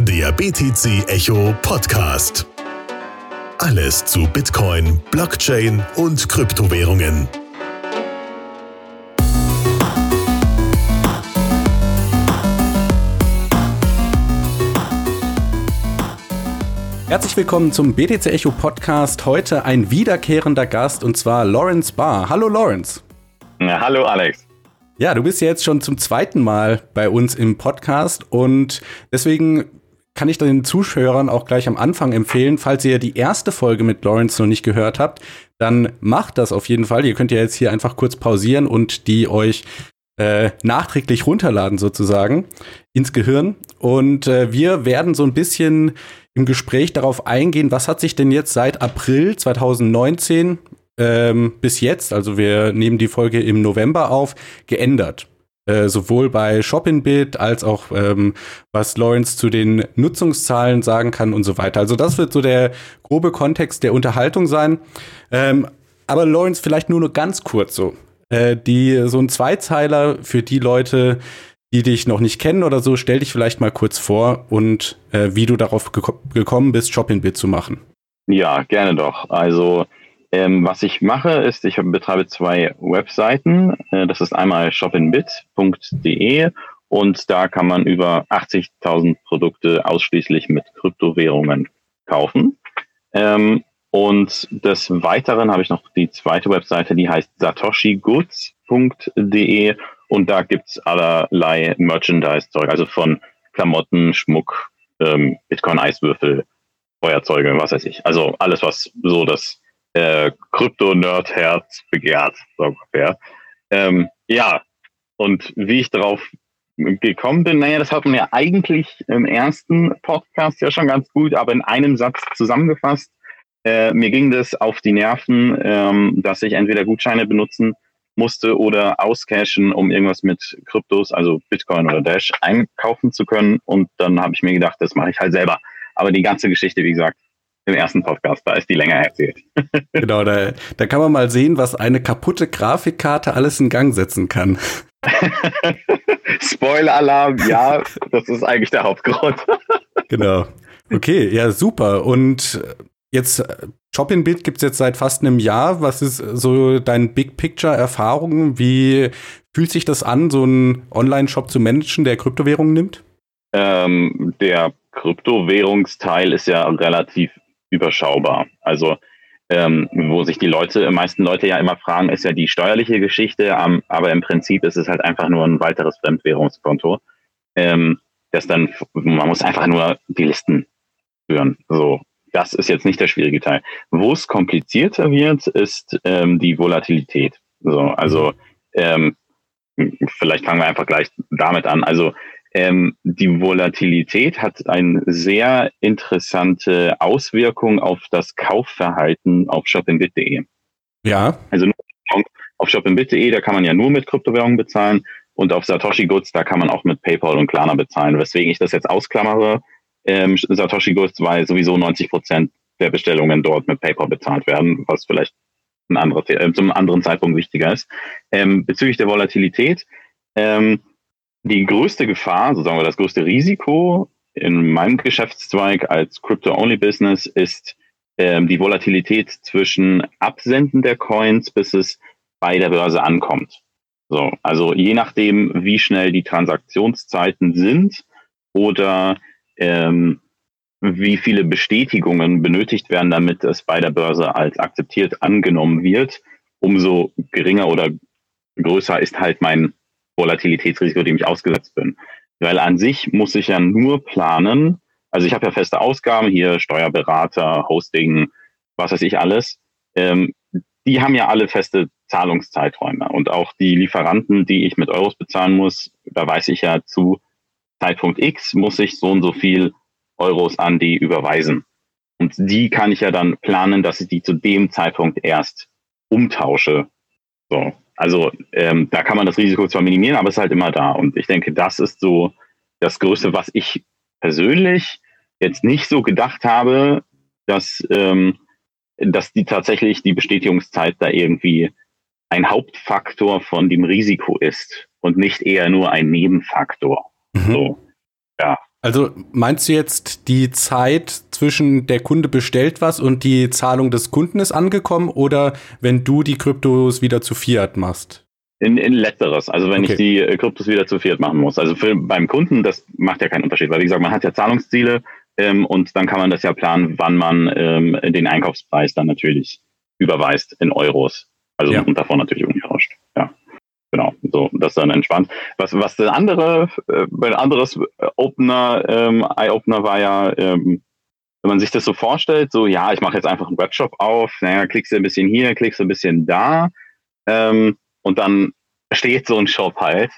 Der BTC Echo Podcast. Alles zu Bitcoin, Blockchain und Kryptowährungen. Herzlich willkommen zum BTC Echo Podcast. Heute ein wiederkehrender Gast und zwar Lawrence Barr. Hallo Lawrence. Ja, hallo Alex. Ja, du bist ja jetzt schon zum zweiten Mal bei uns im Podcast und deswegen kann ich den Zuschauern auch gleich am Anfang empfehlen, falls ihr die erste Folge mit Lawrence noch nicht gehört habt, dann macht das auf jeden Fall. Ihr könnt ja jetzt hier einfach kurz pausieren und die euch nachträglich runterladen sozusagen ins Gehirn. Und wir werden so ein bisschen im Gespräch darauf eingehen, was hat sich denn jetzt seit April 2019 bis jetzt, also wir nehmen die Folge im November auf, geändert. Sowohl bei ShopInBit als auch was Lawrence zu den Nutzungszahlen sagen kann und so weiter. Also das wird so der grobe Kontext der Unterhaltung sein. Aber Lawrence, vielleicht nur ganz kurz so. So ein Zweizeiler für die Leute, die dich noch nicht kennen oder so, stell dich vielleicht mal kurz vor und wie du darauf gekommen bist, ShopInBit zu machen. Ja, gerne doch. Also was ich mache, ist, ich betreibe zwei Webseiten. Das ist einmal shopinbit.de und da kann man über 80.000 Produkte ausschließlich mit Kryptowährungen kaufen. Und des Weiteren habe ich noch die zweite Webseite, die heißt satoshigoods.de und da gibt's allerlei Merchandise-Zeug, also von Klamotten, Schmuck, Bitcoin-Eiswürfel, Feuerzeuge, was weiß ich. Also alles, was so das Krypto-Nerd-Herz begehrt, so ungefähr. Ja, und wie ich darauf gekommen bin, das hat man ja eigentlich im ersten Podcast ja schon ganz gut, aber in einem Satz zusammengefasst. Mir ging das auf die Nerven, dass ich entweder Gutscheine benutzen musste oder auscashen, um irgendwas mit Kryptos, also Bitcoin oder Dash, einkaufen zu können. Und dann habe ich mir gedacht, das mache ich halt selber. Aber die ganze Geschichte, wie gesagt, im ersten Podcast, da ist die länger erzählt. Genau, da kann man mal sehen, was eine kaputte Grafikkarte alles in Gang setzen kann. Spoiler-Alarm, ja, das ist eigentlich der Hauptgrund. Genau. Okay, ja, super. Und jetzt, ShopInBit gibt's jetzt seit fast einem Jahr. Was ist so dein Big-Picture-Erfahrung? Wie fühlt sich das an, so einen Online-Shop zu managen, der Kryptowährungen nimmt? Der Kryptowährungsteil ist ja relativ überschaubar. Also wo sich die meisten Leute ja immer fragen, ist ja die steuerliche Geschichte, aber im Prinzip ist es halt einfach nur ein weiteres Fremdwährungskonto. Man muss einfach nur die Listen führen. So, das ist jetzt nicht der schwierige Teil. Wo es komplizierter wird, ist die Volatilität. So, also vielleicht fangen wir einfach gleich damit an. Also die Volatilität hat eine sehr interessante Auswirkung auf das Kaufverhalten auf shopinbit.de. Ja. Also auf shopinbit.de, da kann man ja nur mit Kryptowährungen bezahlen und auf Satoshi Goods, da kann man auch mit PayPal und Klarna bezahlen. Weswegen ich das jetzt ausklammere, Satoshi Goods, weil sowieso 90% der Bestellungen dort mit PayPal bezahlt werden, was vielleicht zum anderen Zeitpunkt wichtiger ist. Bezüglich der Volatilität, die größte Gefahr, so sagen wir das größte Risiko in meinem Geschäftszweig als Crypto-Only-Business ist die Volatilität zwischen Absenden der Coins, bis es bei der Börse ankommt. So, also je nachdem, wie schnell die Transaktionszeiten sind oder wie viele Bestätigungen benötigt werden, damit es bei der Börse als akzeptiert angenommen wird, umso geringer oder größer ist halt mein Volatilitätsrisiko, dem ich ausgesetzt bin. Weil an sich muss ich ja nur planen, also ich habe ja feste Ausgaben, hier Steuerberater, Hosting, was weiß ich alles, die haben ja alle feste Zahlungszeiträume und auch die Lieferanten, die ich mit Euros bezahlen muss, da weiß ich ja zu Zeitpunkt X muss ich so und so viel Euros an die überweisen. Und die kann ich ja dann planen, dass ich die zu dem Zeitpunkt erst umtausche. So. Also da kann man das Risiko zwar minimieren, aber es ist halt immer da. Und ich denke, das ist so das Größte, was ich persönlich jetzt nicht so gedacht habe, dass die tatsächlich die Bestätigungszeit da irgendwie ein Hauptfaktor von dem Risiko ist und nicht eher nur ein Nebenfaktor. So, ja. Also meinst du jetzt die Zeit zwischen der Kunde bestellt was und die Zahlung des Kunden ist angekommen oder wenn du die Kryptos wieder zu Fiat machst? In Letzteres, also wenn Okay. ich die Kryptos wieder zu Fiat machen muss. Also beim Kunden, das macht ja keinen Unterschied, weil wie gesagt, man hat ja Zahlungsziele und dann kann man das ja planen, wann man den Einkaufspreis dann natürlich überweist in Euros. Also Ja. und davon natürlich umgetauscht. Ja. Genau, so, das ist dann entspannt. Was der andere, ein anderes Eye-Opener war ja, wenn man sich das so vorstellt, so, ja, ich mache jetzt einfach einen Webshop auf, naja, klickst du ein bisschen hier, klickst du ein bisschen da, und dann steht so ein Shop halt.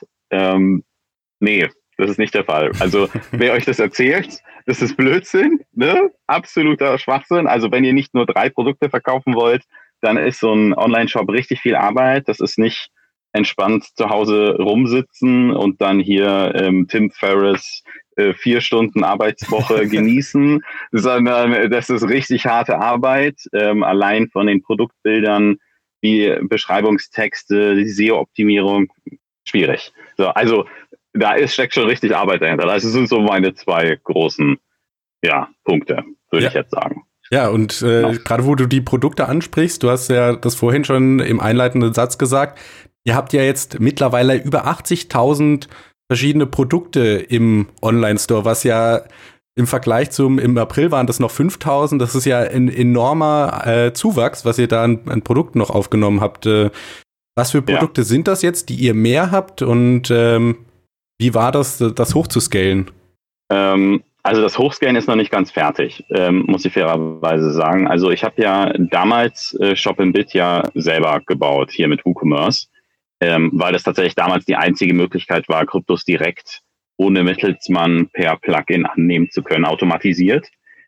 Nee, das ist nicht der Fall. Also, wer euch das erzählt, das ist Blödsinn, ne? Absoluter Schwachsinn. Also, wenn ihr nicht nur 3 Produkte verkaufen wollt, dann ist so ein Online-Shop richtig viel Arbeit. Das ist nicht entspannt zu Hause rumsitzen und dann hier Tim Ferriss 4 Stunden Arbeitswoche genießen, sondern das ist richtig harte Arbeit. Allein von den Produktbildern, die Beschreibungstexte, die SEO-Optimierung, schwierig. So, also steckt schon richtig Arbeit dahinter. Das sind so meine 2 großen Punkte, würde ich jetzt sagen. Ja, und gerade wo du die Produkte ansprichst, du hast ja das vorhin schon im einleitenden Satz gesagt, ihr habt ja jetzt mittlerweile über 80.000 verschiedene Produkte im Online-Store, was ja im Vergleich im April waren das noch 5.000, das ist ja ein enormer Zuwachs, was ihr da an Produkten noch aufgenommen habt. Was für Produkte sind das jetzt, die ihr mehr habt und wie war das hochzuscalen? Also das Hochscalen ist noch nicht ganz fertig, muss ich fairerweise sagen. Also ich habe ja damals Shop&Bit ja selber gebaut, hier mit WooCommerce, weil das tatsächlich damals die einzige Möglichkeit war, Kryptos direkt ohne Mittelsmann per Plugin annehmen zu können, automatisiert.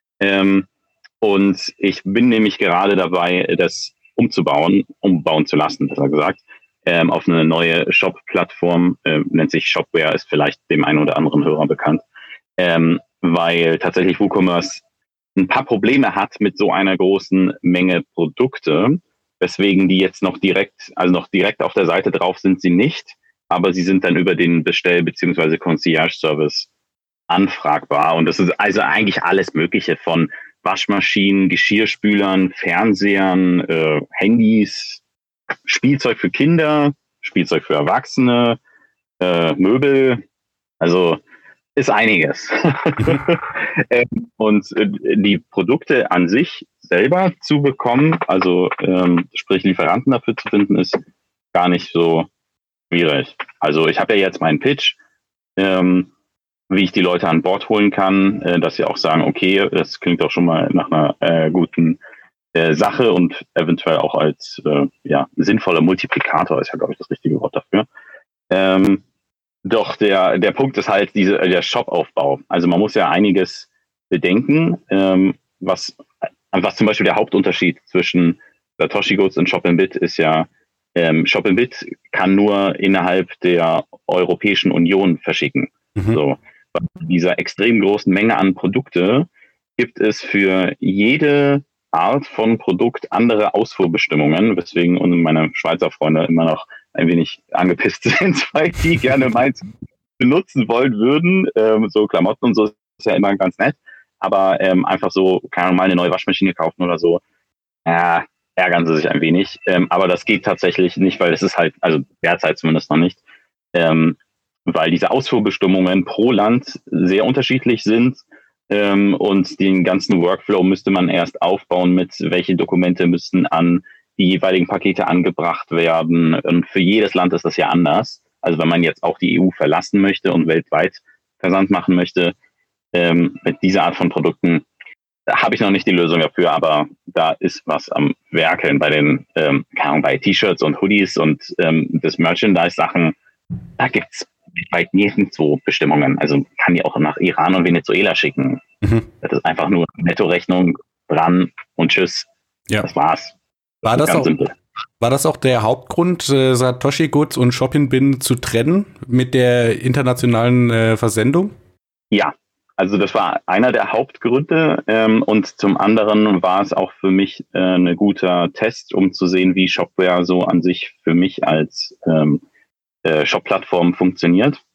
Und ich bin nämlich gerade dabei, das umbauen zu lassen, besser gesagt, auf eine neue Shop-Plattform, nennt sich Shopware, ist vielleicht dem einen oder anderen Hörer bekannt. Weil tatsächlich WooCommerce ein paar Probleme hat mit so einer großen Menge Produkte, weswegen die jetzt noch direkt auf der Seite drauf sind sie nicht, aber sie sind dann über den Bestell- bzw. Concierge-Service anfragbar und das ist also eigentlich alles Mögliche von Waschmaschinen, Geschirrspülern, Fernsehern, Handys, Spielzeug für Kinder, Spielzeug für Erwachsene, Möbel, also ist einiges. Und die Produkte an sich selber zu bekommen, also sprich Lieferanten dafür zu finden, ist gar nicht so schwierig. Also ich habe ja jetzt meinen Pitch, wie ich die Leute an Bord holen kann, dass sie auch sagen, okay, das klingt doch schon mal nach einer guten Sache und eventuell auch als sinnvoller Multiplikator ist ja, glaube ich, das richtige Wort dafür. Doch der Punkt ist halt der Shop-Aufbau. Also man muss ja einiges bedenken, was zum Beispiel der Hauptunterschied zwischen Satoshi Goods und Shop&Bit ist ja, Shop&Bit kann nur innerhalb der Europäischen Union verschicken. So, bei dieser extrem großen Menge an Produkte gibt es für jede Art von Produkt andere Ausfuhrbestimmungen, weswegen meine Schweizer Freunde immer noch ein wenig angepisst sind, weil die gerne meins benutzen wollen würden. So Klamotten und so ist ja immer ganz nett. Aber einfach so, keine Ahnung, mal eine neue Waschmaschine kaufen oder so, ärgern sie sich ein wenig. Aber das geht tatsächlich nicht, weil es ist halt, also derzeit zumindest noch nicht, weil diese Ausfuhrbestimmungen pro Land sehr unterschiedlich sind. Und den ganzen Workflow müsste man erst aufbauen mit, welche Dokumente müssten an die jeweiligen Pakete angebracht werden. Und für jedes Land ist das ja anders. Also wenn man jetzt auch die EU verlassen möchte und weltweit Versand machen möchte, mit dieser Art von Produkten, da habe ich noch nicht die Lösung dafür, aber da ist was am Werkeln bei den, bei T-Shirts und Hoodies und des Merchandise-Sachen. Da gibt's weit nirgendwo Bestimmungen. Also man kann die auch nach Iran und Venezuela schicken. Das ist einfach nur Nettorechnung dran und tschüss. Ja. Das war's. War das auch der Hauptgrund, Satoshi Goods und Shop&Bit zu trennen mit der internationalen Versendung? Ja, also das war einer der Hauptgründe und zum anderen war es auch für mich ein guter Test, um zu sehen, wie Shopware so an sich für mich als Shop-Plattform funktioniert.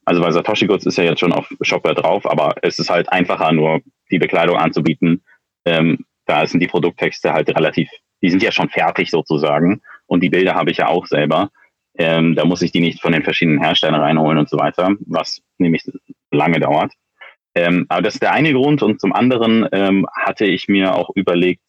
Also weil Satoshi Goods ist ja jetzt schon auf Shopware drauf, aber es ist halt einfacher, nur die Bekleidung anzubieten. Da sind die Produkttexte halt relativ, die sind ja schon fertig sozusagen und die Bilder habe ich ja auch selber. Da muss ich die nicht von den verschiedenen Herstellern reinholen und so weiter, was nämlich lange dauert. Aber das ist der eine Grund und zum anderen hatte ich mir auch überlegt,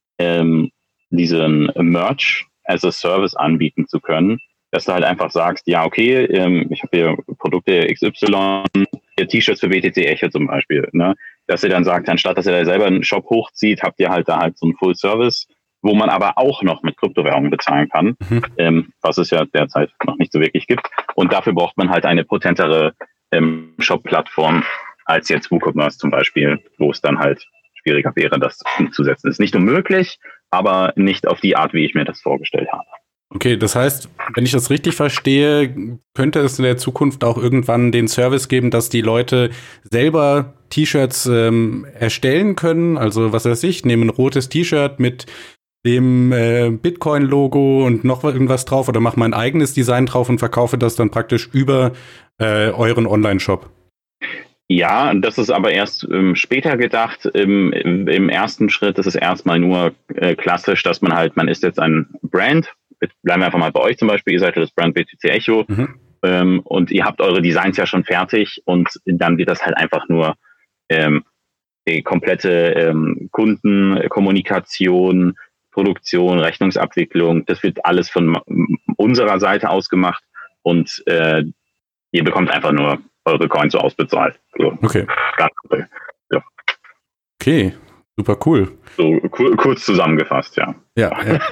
diesen Merch as a Service anbieten zu können, dass du halt einfach sagst, ja okay, ich habe hier Produkte XY, hier T-Shirts für BTC Echo zum Beispiel, ne? Dass ihr dann sagt, anstatt dass ihr da selber einen Shop hochzieht, habt ihr halt da halt so einen Full Service, wo man aber auch noch mit Kryptowährungen bezahlen kann, was es ja derzeit noch nicht so wirklich gibt. Und dafür braucht man halt eine potentere Shop-Plattform als jetzt WooCommerce zum Beispiel, wo es dann halt schwieriger wäre, das umzusetzen. Ist nicht unmöglich, aber nicht auf die Art, wie ich mir das vorgestellt habe. Okay, das heißt, wenn ich das richtig verstehe, könnte es in der Zukunft auch irgendwann den Service geben, dass die Leute selber T-Shirts erstellen können. Also was weiß ich, nehme ein rotes T-Shirt mit dem Bitcoin-Logo und noch irgendwas drauf oder mache mein eigenes Design drauf und verkaufe das dann praktisch über euren Online-Shop. Ja, das ist aber erst später gedacht. Im ersten Schritt ist es erstmal nur klassisch, dass man ist jetzt ein Brand. Bleiben wir einfach mal bei euch zum Beispiel. Ihr seid das Brand BTC Echo und ihr habt eure Designs ja schon fertig und dann wird das halt einfach nur die komplette Kundenkommunikation, Produktion, Rechnungsabwicklung. Das wird alles von unserer Seite aus gemacht und ihr bekommt einfach nur eure Coins so ausbezahlt. So. Okay. Ganz cool. Ja. Okay, super cool. So kurz zusammengefasst, ja. Ja.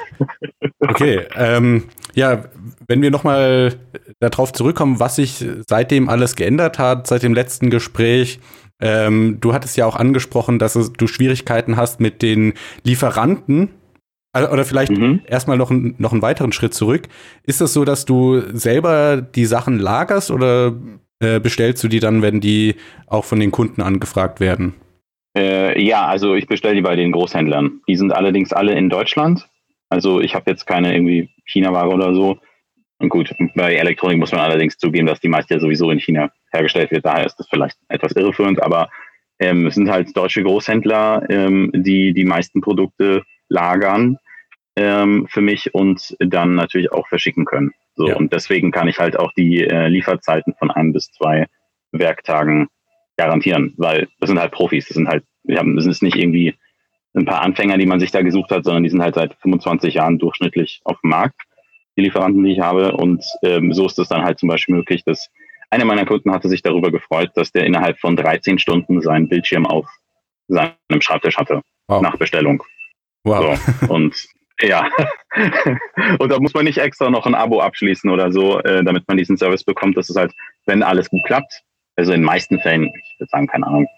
Okay, ja, wenn wir nochmal darauf zurückkommen, was sich seitdem alles geändert hat, seit dem letzten Gespräch. Du hattest ja auch angesprochen, dass du Schwierigkeiten hast mit den Lieferanten. Oder vielleicht erstmal noch einen weiteren Schritt zurück. Ist es so, dass du selber die Sachen lagerst oder bestellst du die dann, wenn die auch von den Kunden angefragt werden? Ja, also ich bestelle die bei den Großhändlern. Die sind allerdings alle in Deutschland. Also ich habe jetzt keine irgendwie China-Ware oder so. Und gut, bei Elektronik muss man allerdings zugeben, dass die meist ja sowieso in China hergestellt wird. Daher ist das vielleicht etwas irreführend. Aber es sind halt deutsche Großhändler, die meisten Produkte lagern für mich und dann natürlich auch verschicken können. So, ja. Und deswegen kann ich halt auch die Lieferzeiten von 1 bis 2 Werktagen garantieren, weil das sind halt Profis. Das ist nicht irgendwie ein paar Anfänger, die man sich da gesucht hat, sondern die sind halt seit 25 Jahren durchschnittlich auf dem Markt, die Lieferanten, die ich habe. Und so ist es dann halt zum Beispiel möglich, dass einer meiner Kunden hatte sich darüber gefreut, dass der innerhalb von 13 Stunden seinen Bildschirm auf seinem Schreibtisch hatte, nach Bestellung. Wow. So, und ja, und da muss man nicht extra noch ein Abo abschließen oder so, damit man diesen Service bekommt. Das ist halt, wenn alles gut klappt, also in den meisten Fällen, ich würde sagen, keine Ahnung,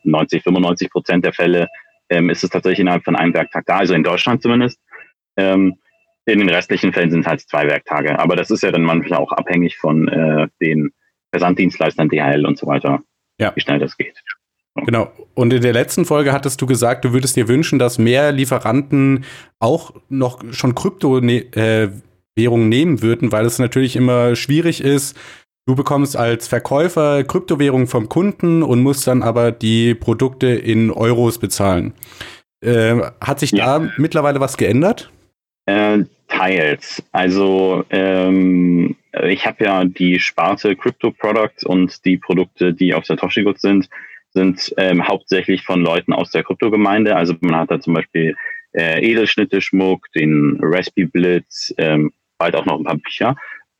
95% der Fälle ist es tatsächlich innerhalb von einem Werktag da, also in Deutschland zumindest. In den restlichen Fällen sind es halt 2 Werktage, aber das ist ja dann manchmal auch abhängig von den Versanddienstleistern, DHL und so weiter, wie schnell das geht. Genau. Und in der letzten Folge hattest du gesagt, du würdest dir wünschen, dass mehr Lieferanten auch noch schon Kryptowährungen nehmen würden, weil es natürlich immer schwierig ist. Du bekommst als Verkäufer Kryptowährungen vom Kunden und musst dann aber die Produkte in Euros bezahlen. Hat sich da mittlerweile was geändert? Teils. Also ich habe ja die Sparte Crypto Products und die Produkte, die auf Satoshi Goods sind hauptsächlich von Leuten aus der Kryptogemeinde. Also man hat da zum Beispiel Edelschnitte-Schmuck, den Raspberry Blitz, bald auch noch ein paar Bücher.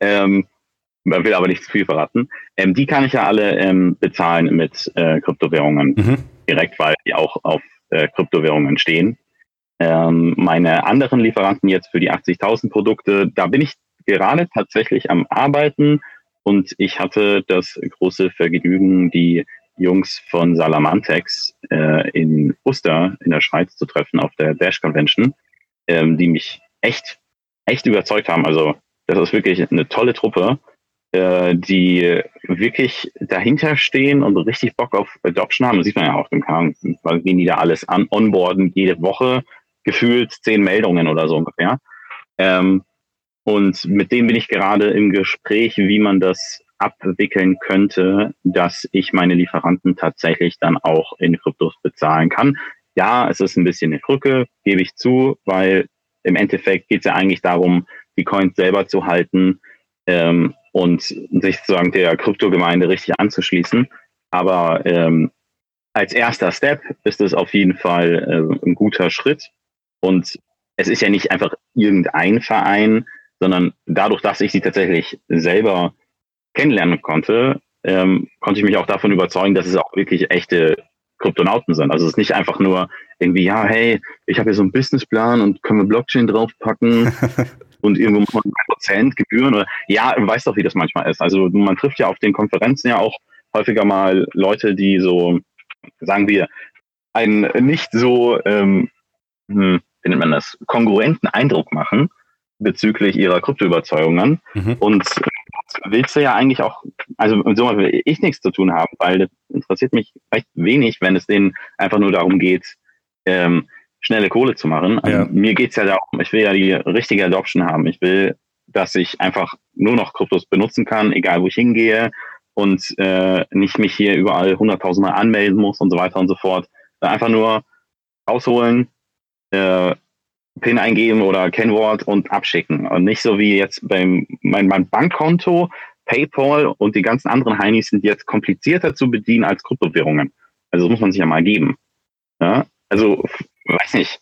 Man will aber nicht zu viel verraten. Die kann ich ja alle bezahlen mit Kryptowährungen direkt, weil die auch auf Kryptowährungen stehen. Meine anderen Lieferanten jetzt für die 80.000 Produkte, da bin ich gerade tatsächlich am Arbeiten und ich hatte das große Vergnügen, die Jungs von Salamantex in Uster in der Schweiz zu treffen auf der Dash Convention, die mich echt überzeugt haben. Also das ist wirklich eine tolle Truppe, die wirklich dahinter stehen und richtig Bock auf Adoption haben. Das sieht man ja auch im Kanal, weil die da alles onboarden, jede Woche gefühlt 10 Meldungen oder so ungefähr. Und mit denen bin ich gerade im Gespräch, wie man das abwickeln könnte, dass ich meine Lieferanten tatsächlich dann auch in Kryptos bezahlen kann. Ja, es ist ein bisschen eine Krücke, gebe ich zu, weil im Endeffekt geht es ja eigentlich darum, die Coins selber zu halten und sich sozusagen der Kryptogemeinde richtig anzuschließen. Aber als erster Step ist es auf jeden Fall ein guter Schritt. Und es ist ja nicht einfach irgendein Verein, sondern dadurch, dass ich sie tatsächlich selber kennenlernen konnte, konnte ich mich auch davon überzeugen, dass es auch wirklich echte Kryptonauten sind. Also es ist nicht einfach nur irgendwie, ja, hey, ich habe hier so einen Businessplan und können wir Blockchain draufpacken und irgendwo mal 1% Gebühren oder ja, du weißt doch, wie das manchmal ist. Also man trifft ja auf den Konferenzen ja auch häufiger mal Leute, die so, sagen wir, einen nicht so, wie nennt man das, kongruenten Eindruck machen bezüglich ihrer Kryptoüberzeugungen. Und willst du ja eigentlich auch, also mit so will ich nichts zu tun haben, weil das interessiert mich recht wenig, wenn es denen einfach nur darum geht, schnelle Kohle zu machen. Also mir geht's ja darum, ich will ja die richtige Adoption haben. Ich will, dass ich einfach nur noch Kryptos benutzen kann, egal wo ich hingehe und nicht mich hier überall 100.000 Mal anmelden muss und so weiter und so fort. Einfach nur rausholen, PIN eingeben oder Kennwort und abschicken. Und nicht so wie jetzt mein Bankkonto, PayPal und die ganzen anderen Heinis sind jetzt komplizierter zu bedienen als Kryptowährungen. Also das muss man sich ja mal geben. Ja? Also, weiß nicht.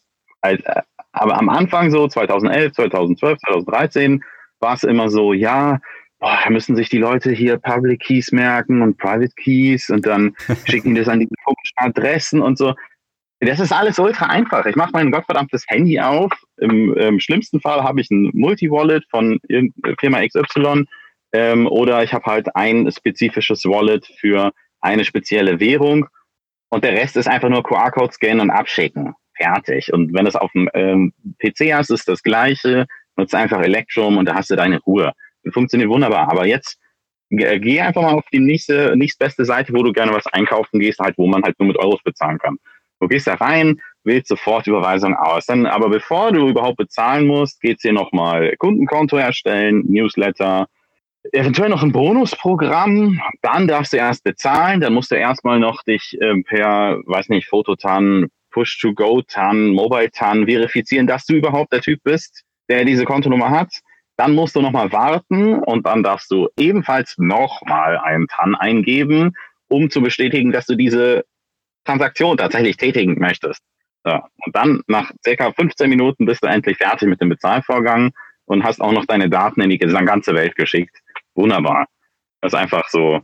Aber am Anfang so 2011, 2012, 2013 war es immer so, ja, da müssen sich die Leute hier Public Keys merken und Private Keys und dann schicken die das an die komischen Adressen und so. Das ist alles ultra einfach. Ich mache mein gottverdammtes Handy auf. Im schlimmsten Fall habe ich ein Multi-Wallet von Firma XY oder ich habe halt ein spezifisches Wallet für eine spezielle Währung und der Rest ist einfach nur QR-Code scannen und abschicken. Fertig. Und wenn du es auf dem PC hast, ist das Gleiche. Nutze einfach Electrum und da hast du deine Ruhe. Das funktioniert wunderbar. Aber jetzt geh einfach mal auf die nächstbeste Seite, wo du gerne was einkaufen gehst, halt, wo man halt nur mit Euros bezahlen kann. Du gehst da rein, wählst sofort Überweisung aus. Dann, aber bevor du überhaupt bezahlen musst, geht's hier nochmal Kundenkonto erstellen, Newsletter, eventuell noch ein Bonusprogramm. Dann darfst du erst bezahlen. Dann musst du erstmal noch dich per, weiß nicht, Fototan, Push-to-Go-Tan, Mobile-Tan verifizieren, dass du überhaupt der Typ bist, der diese Kontonummer hat. Dann musst du nochmal warten und dann darfst du ebenfalls nochmal einen TAN eingeben, um zu bestätigen, dass du diese Transaktion tatsächlich tätigen möchtest. Ja. Und dann nach ca. 15 Minuten bist du endlich fertig mit dem Bezahlvorgang und hast auch noch deine Daten in die ganze Welt geschickt. Wunderbar. Das ist einfach so,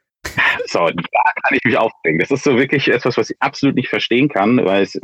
da kann ich mich aufregen. Das ist so wirklich etwas, was ich absolut nicht verstehen kann, weil ich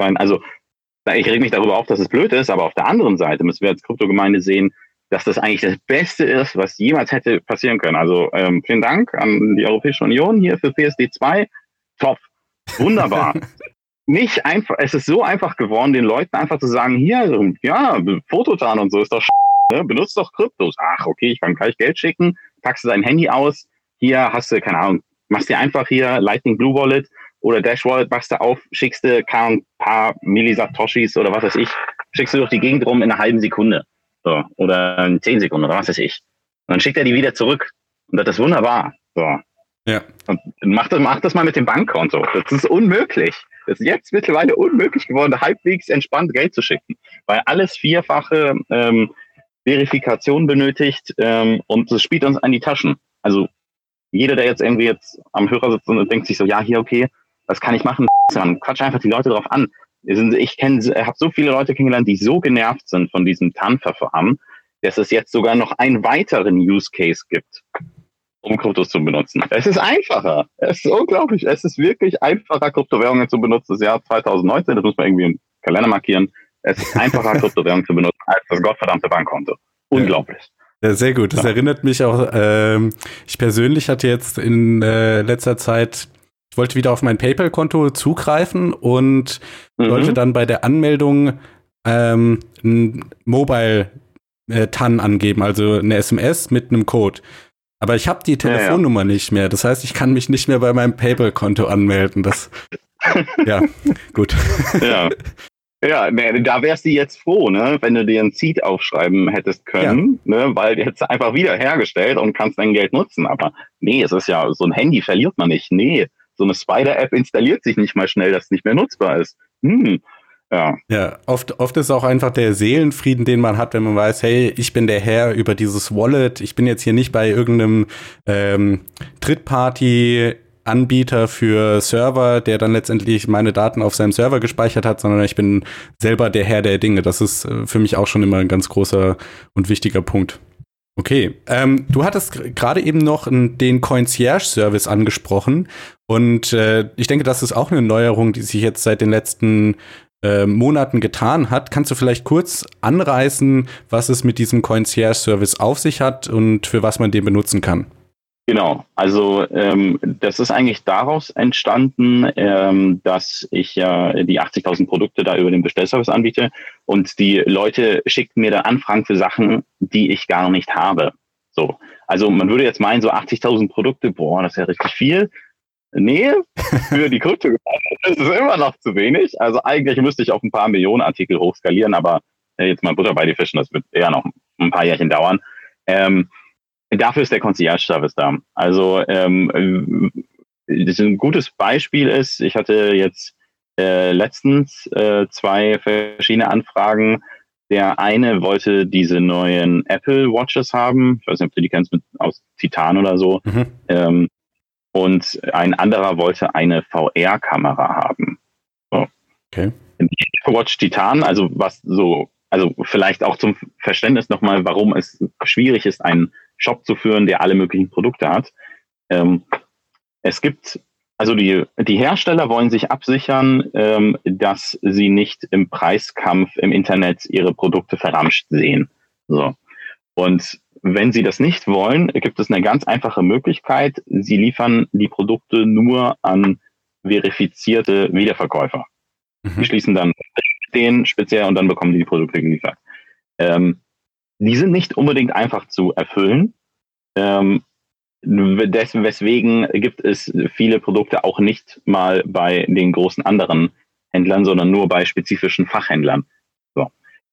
reg mich darüber auf, dass es blöd ist, aber auf der anderen Seite müssen wir als Kryptogemeinde sehen, dass das eigentlich das Beste ist, was jemals hätte passieren können. Also vielen Dank an die Europäische Union hier für PSD2. Top. Wunderbar. Nicht einfach, es ist so einfach geworden, den Leuten einfach zu sagen, hier, ja, Fototan und so ist doch ne? Benutzt doch Kryptos. Ach, okay, ich kann gleich Geld schicken, packst du dein Handy aus, hier hast du, keine Ahnung, machst dir einfach hier Lightning Blue Wallet oder Dash Wallet, machst du auf, schickst du ein paar Millisatoshis oder was weiß ich, schickst du durch die Gegend rum in einer halben Sekunde. So, oder in 10 Sekunden oder was weiß ich. Und dann schickt er die wieder zurück. Und das ist wunderbar. So. Ja. Und mach das mal mit dem Bankkonto. Das ist unmöglich. Das ist jetzt mittlerweile unmöglich geworden, halbwegs entspannt Geld zu schicken. Weil alles vierfache Verifikation benötigt und das spielt uns an die Taschen. Also jeder, der jetzt irgendwie am Hörer sitzt und denkt sich so, ja, hier, okay, was kann ich machen? Dann quatsch einfach die Leute drauf an. Ich habe so viele Leute kennengelernt, die so genervt sind von diesem TAN-Verfahren, dass es jetzt sogar noch einen weiteren Use Case gibt, um Kryptos zu benutzen. Es ist einfacher. Es ist unglaublich. Es ist wirklich einfacher, Kryptowährungen zu benutzen. Das Jahr 2019, das muss man irgendwie im Kalender markieren. Es ist einfacher, Kryptowährungen zu benutzen, als das gottverdammte Bankkonto. Unglaublich. Ja, sehr gut. Das erinnert mich auch, ich persönlich hatte jetzt in letzter Zeit, ich wollte wieder auf mein PayPal-Konto zugreifen und sollte dann bei der Anmeldung ein Mobile-TAN angeben, also eine SMS mit einem Code. Aber ich habe die Telefonnummer nicht mehr. Das heißt, ich kann mich nicht mehr bei meinem PayPal-Konto anmelden. Das, ja, gut. Ja. Ja, ne, da wärst du jetzt froh, ne, wenn du dir einen Seed aufschreiben hättest können, ne, weil jetzt einfach wieder hergestellt und kannst dein Geld nutzen. Aber nee, es ist ja, so ein Handy verliert man nicht. Nee, so eine Spider-App installiert sich nicht mal schnell, dass es nicht mehr nutzbar ist. Ja. Ja, oft ist auch einfach der Seelenfrieden, den man hat, wenn man weiß, hey, ich bin der Herr über dieses Wallet. Ich bin jetzt hier nicht bei irgendeinem Drittparty-Anbieter für Server, der dann letztendlich meine Daten auf seinem Server gespeichert hat, sondern ich bin selber der Herr der Dinge. Das ist für mich auch schon immer ein ganz großer und wichtiger Punkt. Okay, du hattest gerade eben noch den Concierge-Service angesprochen und ich denke, das ist auch eine Neuerung, die sich jetzt seit den letzten Monaten getan hat. Kannst du vielleicht kurz anreißen, was es mit diesem Concierge-Service auf sich hat und für was man den benutzen kann? Genau, also das ist eigentlich daraus entstanden, dass ich ja die 80.000 Produkte da über den Bestellservice anbiete und die Leute schicken mir da Anfragen für Sachen, die ich gar nicht habe. So, also man würde jetzt meinen, so 80.000 Produkte, boah, das ist ja richtig viel. Nee, für die Krypto ist es immer noch zu wenig. Also eigentlich müsste ich auf ein paar Millionen Artikel hochskalieren, aber jetzt mal Butter bei die Fischen, das wird eher noch ein paar Jährchen dauern. Dafür ist der Concierge-Service da. Also das ein gutes Beispiel ist, ich hatte jetzt letztens 2 verschiedene Anfragen. Der eine wollte diese neuen Apple Watches haben. Ich weiß nicht, ob du die kennst, aus Titan oder so. Und ein anderer wollte eine VR-Kamera haben. So. Okay. Die Apple Watch Titan, also vielleicht auch zum Verständnis nochmal, warum es schwierig ist, einen Shop zu führen, der alle möglichen Produkte hat. Es gibt, also die Hersteller wollen sich absichern, dass sie nicht im Preiskampf im Internet ihre Produkte verramscht sehen. So. Und wenn sie das nicht wollen, gibt es eine ganz einfache Möglichkeit. Sie liefern die Produkte nur an verifizierte Wiederverkäufer. Die schließen dann den speziell und dann bekommen die Produkte geliefert. Die sind nicht unbedingt einfach zu erfüllen. Weswegen gibt es viele Produkte auch nicht mal bei den großen anderen Händlern, sondern nur bei spezifischen Fachhändlern. So.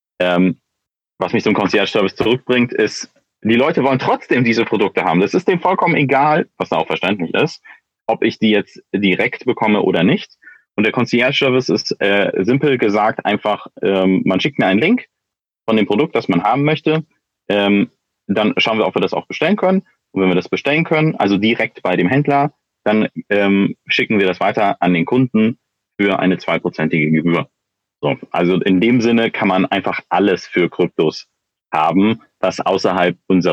Was mich zum Concierge-Service zurückbringt, ist, die Leute wollen trotzdem diese Produkte haben. Das ist denen vollkommen egal, was auch verständlich ist, ob ich die jetzt direkt bekomme oder nicht. Und der Concierge-Service ist simpel gesagt einfach, man schickt mir einen Link von dem Produkt, das man haben möchte. Dann schauen wir, ob wir das auch bestellen können. Und wenn wir das bestellen können, also direkt bei dem Händler, dann schicken wir das weiter an den Kunden für eine 2%ige Gebühr. So, also in dem Sinne kann man einfach alles für Kryptos haben, was außerhalb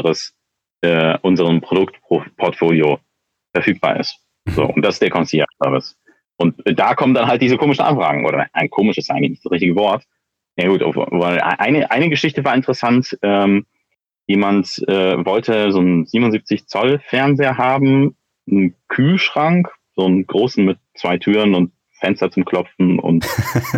unserem Produktportfolio verfügbar ist. So, und das ist der Concierge-Service. Und da kommen dann halt diese komischen Anfragen, oder ein komisches ist eigentlich nicht das richtige Wort. Ja gut, eine Geschichte war interessant. Jemand wollte so einen 77 Zoll Fernseher haben, einen Kühlschrank, so einen großen mit 2 Türen und Fenster zum Klopfen und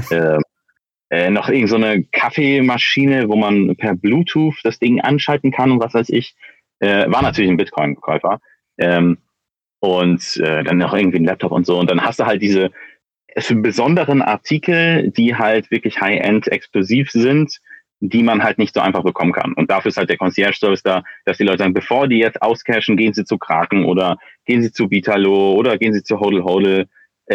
noch irgend so eine Kaffeemaschine, wo man per Bluetooth das Ding anschalten kann und was weiß ich. War natürlich ein Bitcoin-Käufer. Und dann noch irgendwie ein Laptop und so. Und dann hast du halt diese besonderen Artikel, die halt wirklich High-End exklusiv sind, die man halt nicht so einfach bekommen kann. Und dafür ist halt der Concierge-Service da, dass die Leute sagen, bevor die jetzt auscashen, gehen sie zu Kraken oder gehen sie zu Vitalo oder gehen sie zu Hodl Hodl.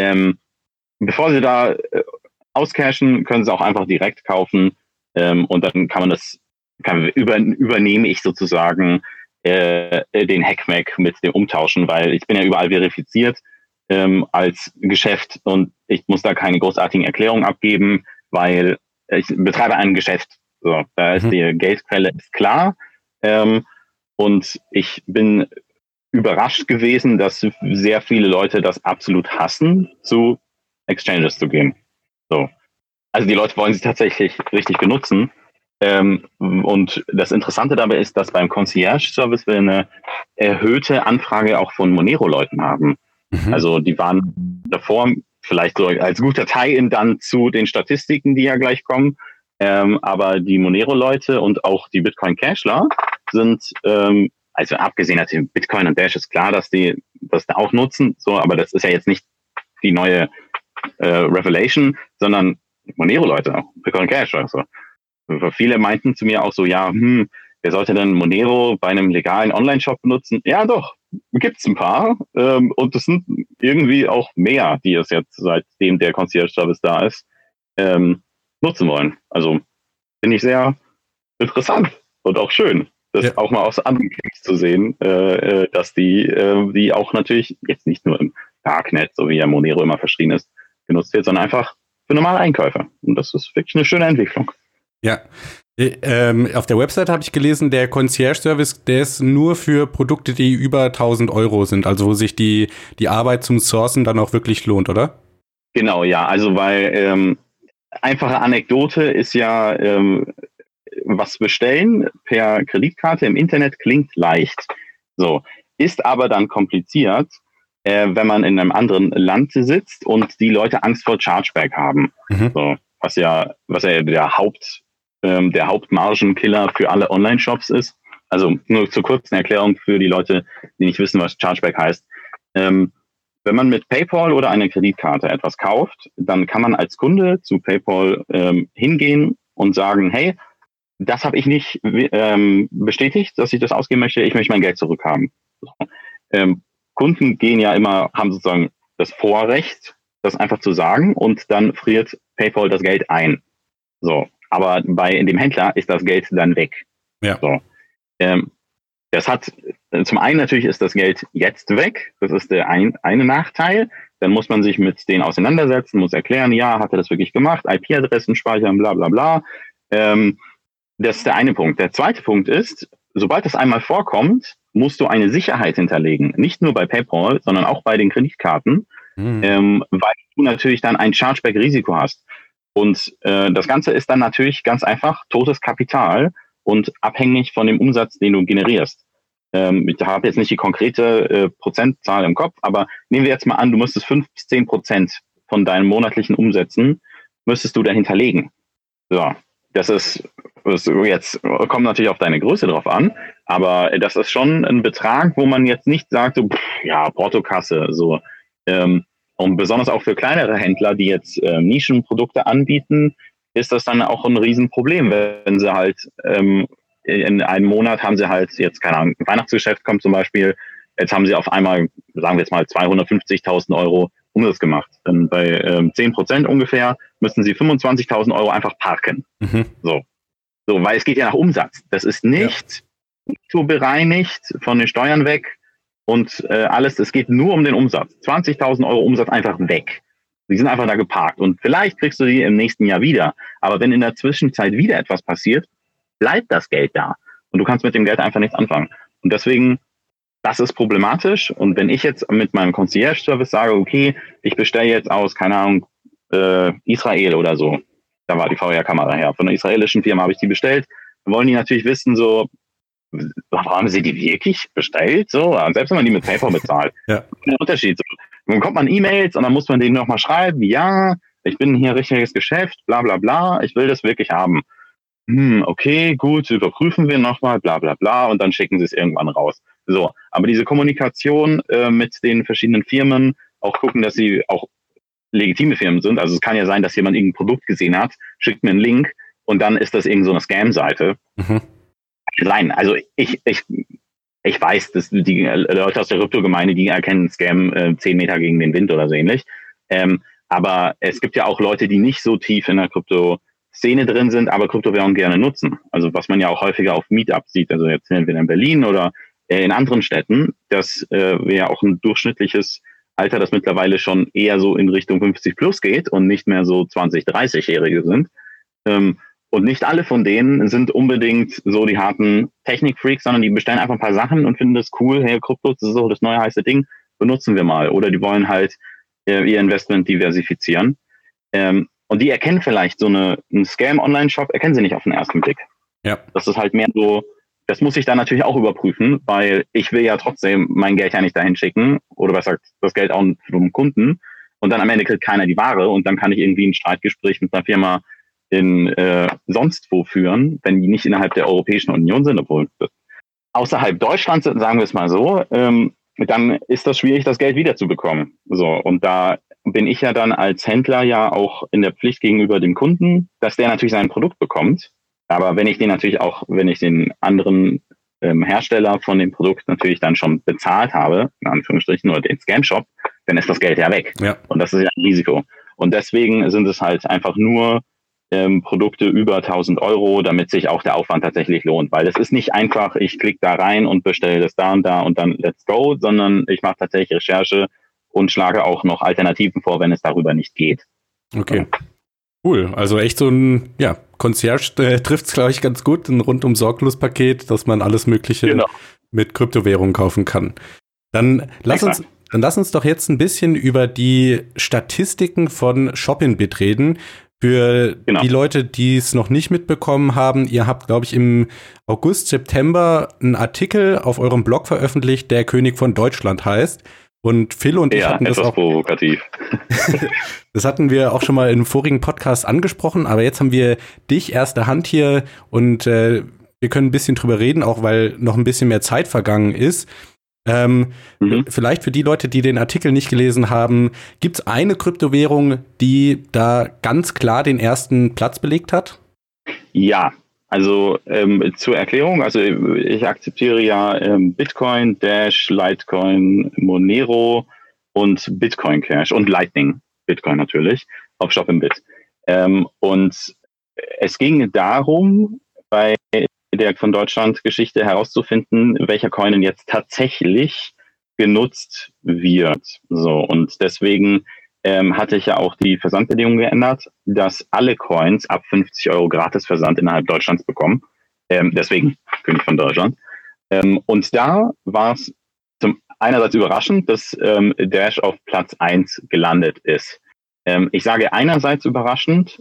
Bevor sie da auscashen, können sie auch einfach direkt kaufen. Und dann übernehme ich sozusagen den Hackmack mit dem Umtauschen, weil ich bin ja überall verifiziert als Geschäft und ich muss da keine großartigen Erklärungen abgeben, weil ich betreibe ein Geschäft. So, da ist die Geldquelle ist klar. Und ich bin überrascht gewesen, dass sehr viele Leute das absolut hassen, zu Exchanges zu gehen. So. Also die Leute wollen sie tatsächlich richtig benutzen. Und das Interessante dabei ist, dass beim Concierge-Service wir eine erhöhte Anfrage auch von Monero-Leuten haben. Also die waren davor vielleicht so als guter Tie-In dann zu den Statistiken, die ja gleich kommen. Aber die Monero-Leute und auch die Bitcoin-Cashler sind, also abgesehen natürlich Bitcoin und Dash ist klar, dass die das auch nutzen, so, aber das ist ja jetzt nicht die neue Revelation, sondern Monero-Leute, Bitcoin Cash. Also. Viele meinten zu mir auch so, ja, wer sollte denn Monero bei einem legalen Online-Shop benutzen? Ja, doch, gibt's ein paar. Und es sind irgendwie auch mehr, die es jetzt, seitdem der Concierge-Service da ist, nutzen wollen. Also finde ich sehr interessant und auch schön, das auch mal aus anderen Klicks zu sehen, dass die auch natürlich jetzt nicht nur im Darknet, so wie ja Monero immer verschrien ist, genutzt wird, sondern einfach für normale Einkäufe. Und das ist wirklich eine schöne Entwicklung. Ja, auf der Website habe ich gelesen, der Concierge-Service, der ist nur für Produkte, die über 1.000 Euro sind, also wo sich die Arbeit zum Sourcen dann auch wirklich lohnt, oder? Genau, ja, also weil einfache Anekdote ist ja, was bestellen per Kreditkarte im Internet klingt leicht, so, ist aber dann kompliziert, wenn man in einem anderen Land sitzt und die Leute Angst vor Chargeback haben, so, was ja der Hauptmargenkiller für alle Online-Shops ist. Also nur zur kurzen Erklärung für die Leute, die nicht wissen, was Chargeback heißt. Wenn man mit PayPal oder einer Kreditkarte etwas kauft, dann kann man als Kunde zu PayPal hingehen und sagen, hey, das habe ich nicht bestätigt, dass ich das ausgeben möchte, ich möchte mein Geld zurückhaben. Kunden haben sozusagen das Vorrecht, das einfach zu sagen, und dann friert PayPal das Geld ein. So. Aber in dem Händler ist das Geld dann weg. Ja. So. Das hat, zum einen natürlich ist das Geld jetzt weg. Das ist der eine Nachteil. Dann muss man sich mit denen auseinandersetzen, muss erklären, ja, hat er das wirklich gemacht? IP-Adressen speichern, bla, bla, bla. Das ist der eine Punkt. Der zweite Punkt ist, sobald das einmal vorkommt, musst du eine Sicherheit hinterlegen. Nicht nur bei PayPal, sondern auch bei den Kreditkarten, weil du natürlich dann ein Chargeback-Risiko hast. Und das Ganze ist dann natürlich ganz einfach totes Kapital und abhängig von dem Umsatz, den du generierst. Ich habe jetzt nicht die konkrete Prozentzahl im Kopf, aber nehmen wir jetzt mal an, du müsstest 5-10% von deinen monatlichen Umsätzen müsstest du dahinterlegen. So, das jetzt kommt natürlich auf deine Größe drauf an, aber das ist schon ein Betrag, wo man jetzt nicht sagt, so, Portokasse, so. Und besonders auch für kleinere Händler, die jetzt Nischenprodukte anbieten, ist das dann auch ein Riesenproblem, wenn sie halt in einem Monat haben sie halt jetzt, keine Ahnung, ein Weihnachtsgeschäft kommt zum Beispiel, jetzt haben sie auf einmal, sagen wir jetzt mal, 250.000 Euro Umsatz gemacht. Dann bei 10% ungefähr müssen sie 25.000 Euro einfach parken. So, weil es geht ja nach Umsatz. Das ist nicht so bereinigt von den Steuern weg. Und alles, es geht nur um den Umsatz. 20.000 Euro Umsatz einfach weg. Die sind einfach da geparkt. Und vielleicht kriegst du die im nächsten Jahr wieder. Aber wenn in der Zwischenzeit wieder etwas passiert, bleibt das Geld da. Und du kannst mit dem Geld einfach nichts anfangen. Und deswegen, das ist problematisch. Und wenn ich jetzt mit meinem Concierge-Service sage, okay, ich bestelle jetzt aus, keine Ahnung, Israel oder so. Da war die VR-Kamera her. Von einer israelischen Firma habe ich die bestellt. Dann wollen die natürlich wissen, so, haben sie die wirklich bestellt? So, selbst wenn man die mit PayPal bezahlt. Ja. Der Unterschied. So. Dann bekommt man E-Mails und dann muss man denen nochmal schreiben, ja, ich bin hier richtiges Geschäft, bla bla bla, ich will das wirklich haben. Okay, gut, überprüfen wir nochmal, bla bla bla, und dann schicken sie es irgendwann raus. So, aber diese Kommunikation mit den verschiedenen Firmen, auch gucken, dass sie auch legitime Firmen sind. Also es kann ja sein, dass jemand irgendein Produkt gesehen hat, schickt mir einen Link und dann ist das irgend so eine Scam-Seite. Nein, also ich weiß, dass die Leute aus der Kryptogemeinde, die erkennen Scam 10 Meter gegen den Wind oder so ähnlich. Aber es gibt ja auch Leute, die nicht so tief in der Krypto-Szene drin sind, aber Kryptowährungen gerne nutzen. Also was man ja auch häufiger auf Meetup sieht, also jetzt entweder in Berlin oder in anderen Städten, dass wir ja auch ein durchschnittliches Alter, das mittlerweile schon eher so in Richtung 50 plus geht und nicht mehr so 20-, 30-Jährige sind. Und nicht alle von denen sind unbedingt so die harten Technikfreaks, sondern die bestellen einfach ein paar Sachen und finden das cool. Hey, Krypto, das ist so das neue heiße Ding, benutzen wir mal. Oder die wollen halt ihr Investment diversifizieren. Und die erkennen vielleicht so einen Scam-Online-Shop, erkennen sie nicht auf den ersten Blick. Ja. Das ist halt mehr so, das muss ich dann natürlich auch überprüfen, weil ich will ja trotzdem mein Geld ja nicht dahin schicken oder besser gesagt, das Geld auch vom Kunden. Und dann am Ende kriegt keiner die Ware und dann kann ich irgendwie ein Streitgespräch mit einer Firma in sonst wo führen, wenn die nicht innerhalb der Europäischen Union sind, obwohl außerhalb Deutschlands sind, sagen wir es mal so, dann ist das schwierig, das Geld wiederzubekommen. So, und da bin ich ja dann als Händler ja auch in der Pflicht gegenüber dem Kunden, dass der natürlich sein Produkt bekommt. Aber wenn ich den anderen Hersteller von dem Produkt natürlich dann schon bezahlt habe, in Anführungsstrichen, oder den Scam-Shop, dann ist das Geld ja weg. Ja. Und das ist ja ein Risiko. Und deswegen sind es halt einfach nur Produkte über 1.000 Euro, damit sich auch der Aufwand tatsächlich lohnt. Weil es ist nicht einfach, ich klicke da rein und bestelle das da und dann let's go, sondern ich mache tatsächlich Recherche und schlage auch noch Alternativen vor, wenn es darüber nicht geht. Okay. Cool. Also echt so ein, Concierge trifft es, glaube ich, ganz gut. Ein rundum sorglos Paket, dass man alles Mögliche mit Kryptowährungen kaufen kann. Dann lass uns doch jetzt ein bisschen über die Statistiken von ShopInBit reden. Für die Leute, die es noch nicht mitbekommen haben, ihr habt, glaube ich, im August, September einen Artikel auf eurem Blog veröffentlicht, der König von Deutschland heißt. Und Phil und ich hatten das auch provokativ. Das hatten wir auch schon mal im vorigen Podcast angesprochen, aber jetzt haben wir dich erster Hand hier und wir können ein bisschen drüber reden, auch weil noch ein bisschen mehr Zeit vergangen ist. Vielleicht für die Leute, die den Artikel nicht gelesen haben, gibt es eine Kryptowährung, die da ganz klar den ersten Platz belegt hat? Ja, also zur Erklärung, also ich akzeptiere ja Bitcoin, Dash, Litecoin, Monero und Bitcoin Cash und Lightning Bitcoin natürlich auf ShopInBit. Und es ging darum, bei der von Deutschland Geschichte herauszufinden, welcher Coin denn jetzt tatsächlich genutzt wird. So, und deswegen hatte ich ja auch die Versandbedingungen geändert, dass alle Coins ab 50 Euro gratis Versand innerhalb Deutschlands bekommen. Deswegen König von Deutschland. Und da war es einerseits überraschend, dass Dash auf Platz 1 gelandet ist. Ich sage einerseits überraschend,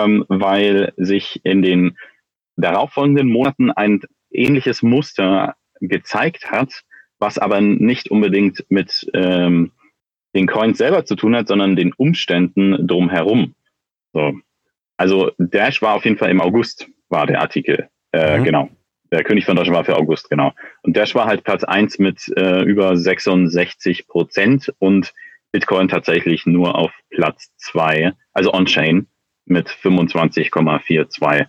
weil sich in den darauffolgenden Monaten ein ähnliches Muster gezeigt hat, was aber nicht unbedingt mit den Coins selber zu tun hat, sondern den Umständen drumherum. So. Also Dash war auf jeden Fall im August, war der Artikel. Genau. Der König von Deutschland war für August, genau. Und Dash war halt Platz 1 mit über 66% und Bitcoin tatsächlich nur auf Platz 2, also On-Chain mit 25,42%.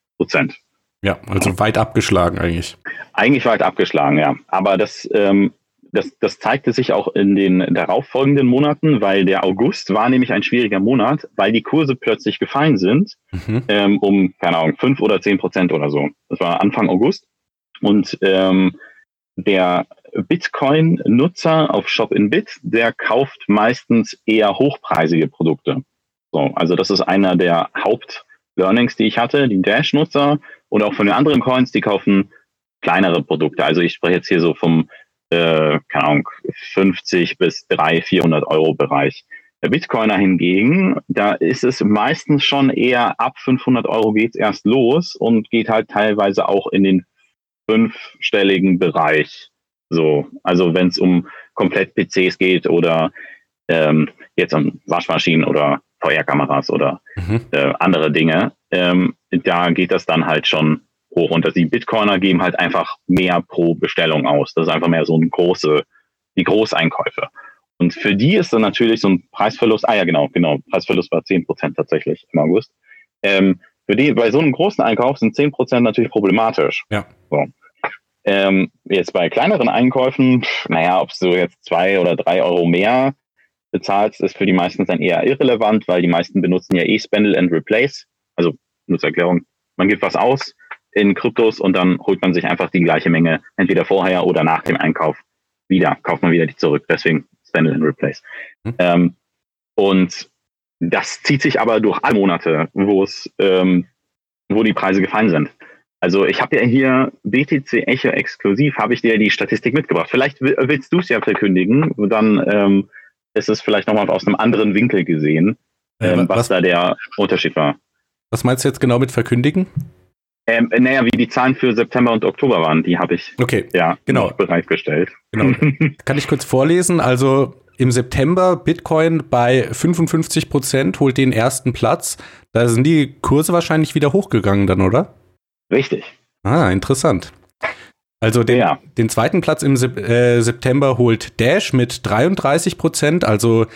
Ja, also weit abgeschlagen eigentlich. Eigentlich weit abgeschlagen, ja. Aber das zeigte sich auch in den darauffolgenden Monaten, weil der August war nämlich ein schwieriger Monat, weil die Kurse plötzlich gefallen sind um, keine Ahnung, 5 oder 10% oder so. Das war Anfang August. Und der Bitcoin-Nutzer auf ShopInBit, der kauft meistens eher hochpreisige Produkte. So, also das ist einer der Hauptlearnings, die ich hatte. Die Dash-Nutzer und auch von den anderen Coins, die kaufen kleinere Produkte. Also ich spreche jetzt hier so vom keine Ahnung, 50 bis 300-400 Euro Bereich. Der Bitcoiner hingegen, da ist es meistens schon eher ab 500 Euro geht's erst los und geht halt teilweise auch in den 5-stelligen Bereich. So, also wenn es um komplett PCs geht oder jetzt um Waschmaschinen oder VR-Kameras oder andere Dinge, da geht das dann halt schon hoch. Und die Bitcoiner geben halt einfach mehr pro Bestellung aus. Das ist einfach mehr so die Großeinkäufe. Und für die ist dann natürlich so ein Preisverlust, genau, Preisverlust war 10% tatsächlich im August. Für die, bei so einem großen Einkauf sind 10% natürlich problematisch. Ja. So. Jetzt bei kleineren Einkäufen, ob du jetzt 2 oder 3 Euro mehr bezahlst, ist für die meisten dann eher irrelevant, weil die meisten benutzen ja Spendle and Replace. Also, Nutzererklärung, man gibt was aus in Kryptos und dann holt man sich einfach die gleiche Menge, entweder vorher oder nach dem Einkauf wieder, kauft man wieder die zurück. Deswegen Spendle and Replace. Und das zieht sich aber durch alle Monate, wo die Preise gefallen sind. Also ich habe ja hier BTC Echo exklusiv, habe ich dir die Statistik mitgebracht. Vielleicht willst du es ja verkündigen, dann ist es vielleicht nochmal aus einem anderen Winkel gesehen, was da der Unterschied war. Was meinst du jetzt genau mit verkündigen? Wie die Zahlen für September und Oktober waren, die habe ich bereitgestellt. Genau. Kann ich kurz vorlesen? Also im September Bitcoin bei 55% holt den ersten Platz. Da sind die Kurse wahrscheinlich wieder hochgegangen dann, oder? Richtig. Ah, interessant. Also den zweiten Platz im September holt Dash mit 33%, also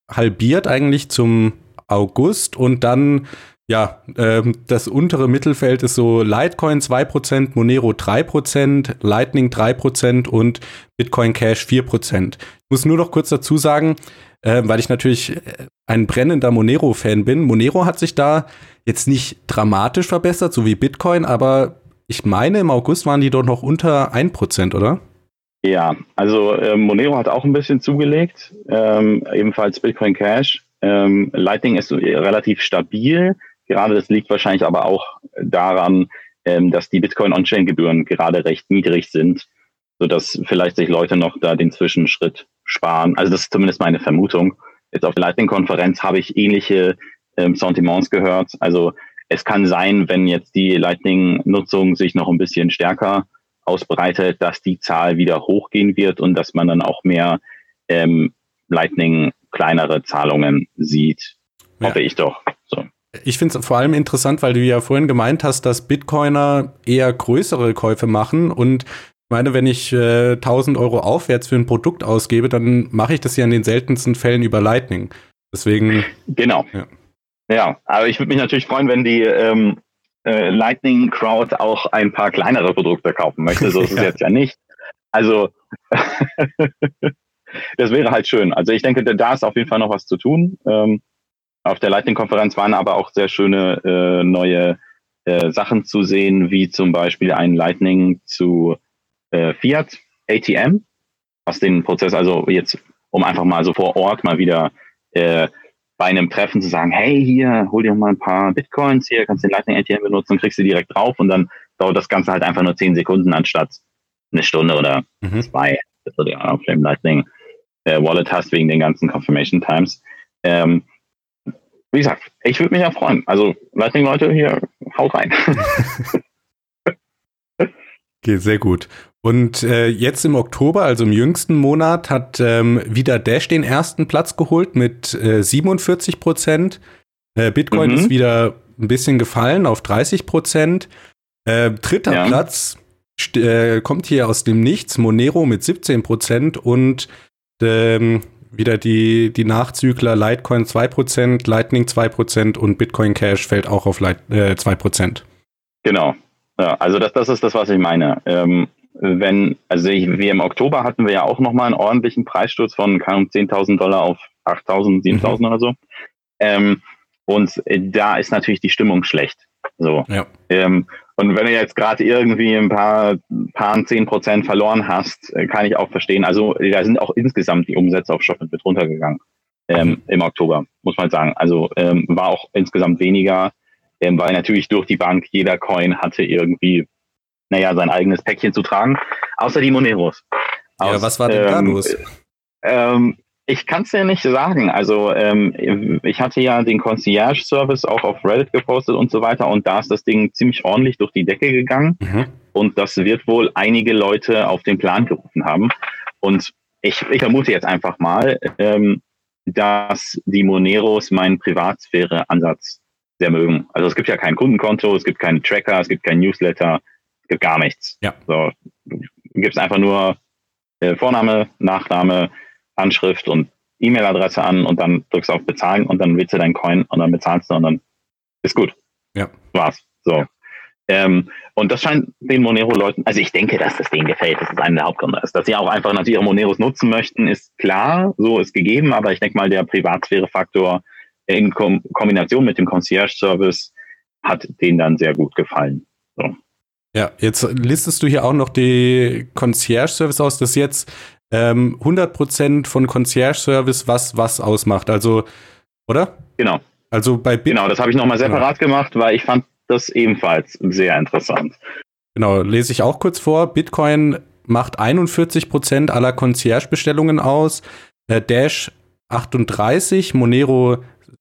halbiert eigentlich zum August und dann, ja, das untere Mittelfeld ist so Litecoin 2%, Monero 3%, Lightning 3% und Bitcoin Cash 4%. Ich muss nur noch kurz dazu sagen, weil ich natürlich ein brennender Monero-Fan bin. Monero hat sich da jetzt nicht dramatisch verbessert, so wie Bitcoin, aber ich meine, im August waren die doch noch unter 1%, oder? Ja, also Monero hat auch ein bisschen zugelegt, ebenfalls Bitcoin Cash. Lightning ist relativ stabil. Gerade das liegt wahrscheinlich aber auch daran, dass die Bitcoin-On-Chain-Gebühren gerade recht niedrig sind, sodass vielleicht sich Leute noch da den Zwischenschritt sparen. Also das ist zumindest meine Vermutung. Jetzt auf der Lightning-Konferenz habe ich ähnliche Sentiments gehört. Also es kann sein, wenn jetzt die Lightning-Nutzung sich noch ein bisschen stärker ausbreitet, dass die Zahl wieder hochgehen wird und dass man dann auch mehr Lightning kleinere Zahlungen sieht. Ja. Hoffe ich doch. So. Ich finde es vor allem interessant, weil du ja vorhin gemeint hast, dass Bitcoiner eher größere Käufe machen und ich meine, wenn ich 1.000 Euro aufwärts für ein Produkt ausgebe, dann mache ich das ja in den seltensten Fällen über Lightning. Deswegen. Genau. Ja, aber ich würde mich natürlich freuen, wenn die Lightning Crowd auch ein paar kleinere Produkte kaufen möchte. So ist es jetzt ja nicht. Also das wäre halt schön. Also ich denke, da ist auf jeden Fall noch was zu tun. Auf der Lightning-Konferenz waren aber auch sehr schöne neue Sachen zu sehen, wie zum Beispiel ein Lightning zu Fiat ATM, was den Prozess, also jetzt, um einfach mal so vor Ort mal wieder bei einem Treffen zu sagen, hey, hier, hol dir mal ein paar Bitcoins, hier kannst du den Lightning ATM benutzen, kriegst du direkt drauf und dann dauert das Ganze halt einfach nur 10 Sekunden anstatt eine Stunde oder 2, dass du dir auf dem Lightning Wallet hast wegen den ganzen Confirmation Times. Wie gesagt, ich würde mich auch freuen. Also Lightning-Leute, hier, haut rein. Okay, sehr gut. Und jetzt im Oktober, also im jüngsten Monat, hat wieder Dash den ersten Platz geholt mit 47%. Bitcoin ist wieder ein bisschen gefallen auf 30%. Dritter Platz kommt hier aus dem Nichts, Monero mit 17% und wieder die Nachzügler Litecoin 2%, Lightning 2% und Bitcoin Cash fällt auch auf 2%. Genau. Ja, also das ist das, was ich meine. Wir im Oktober hatten wir ja auch nochmal einen ordentlichen Preissturz von $10.000 auf 8.000, 7.000 oder so. Und da ist natürlich die Stimmung schlecht. So. Ja. Und wenn du jetzt gerade irgendwie ein paar 10% verloren hast, kann ich auch verstehen. Also da sind auch insgesamt die Umsätze auf Shopify runtergegangen im Oktober, muss man sagen. Also war auch insgesamt weniger, weil natürlich durch die Bank jeder Coin hatte irgendwie, sein eigenes Päckchen zu tragen, außer die Moneros. Was war denn da los? Ich kann es ja nicht sagen. Also ich hatte ja den Concierge-Service auch auf Reddit gepostet und so weiter und da ist das Ding ziemlich ordentlich durch die Decke gegangen und das wird wohl einige Leute auf den Plan gerufen haben. Und ich vermute jetzt einfach mal, dass die Moneros meinen Privatsphäre-Ansatz sehr mögen. Also es gibt ja kein Kundenkonto, es gibt keinen Tracker, es gibt keinen Newsletter, es gibt gar nichts. Ja. So, du gibst einfach nur Vorname, Nachname, Anschrift und E-Mail-Adresse an und dann drückst du auf Bezahlen und dann willst du deinen Coin und dann bezahlst du und dann ist gut. Ja. War's. So. Und das scheint den Monero-Leuten, also ich denke, dass das denen gefällt, das ist einer der Hauptgründe. Dass sie auch einfach natürlich ihre Moneros nutzen möchten, ist klar, so ist gegeben, aber ich denke mal, der Privatsphäre-Faktor in Kombination mit dem Concierge-Service hat denen dann sehr gut gefallen. So. Ja, jetzt listest du hier auch noch die Concierge-Service aus, das jetzt 100% von Concierge-Service was ausmacht, also, oder? Genau. Also bei Genau, das habe ich nochmal separat gemacht, weil ich fand das ebenfalls sehr interessant. Genau, lese ich auch kurz vor. Bitcoin macht 41% aller Concierge-Bestellungen aus, Dash 38, Monero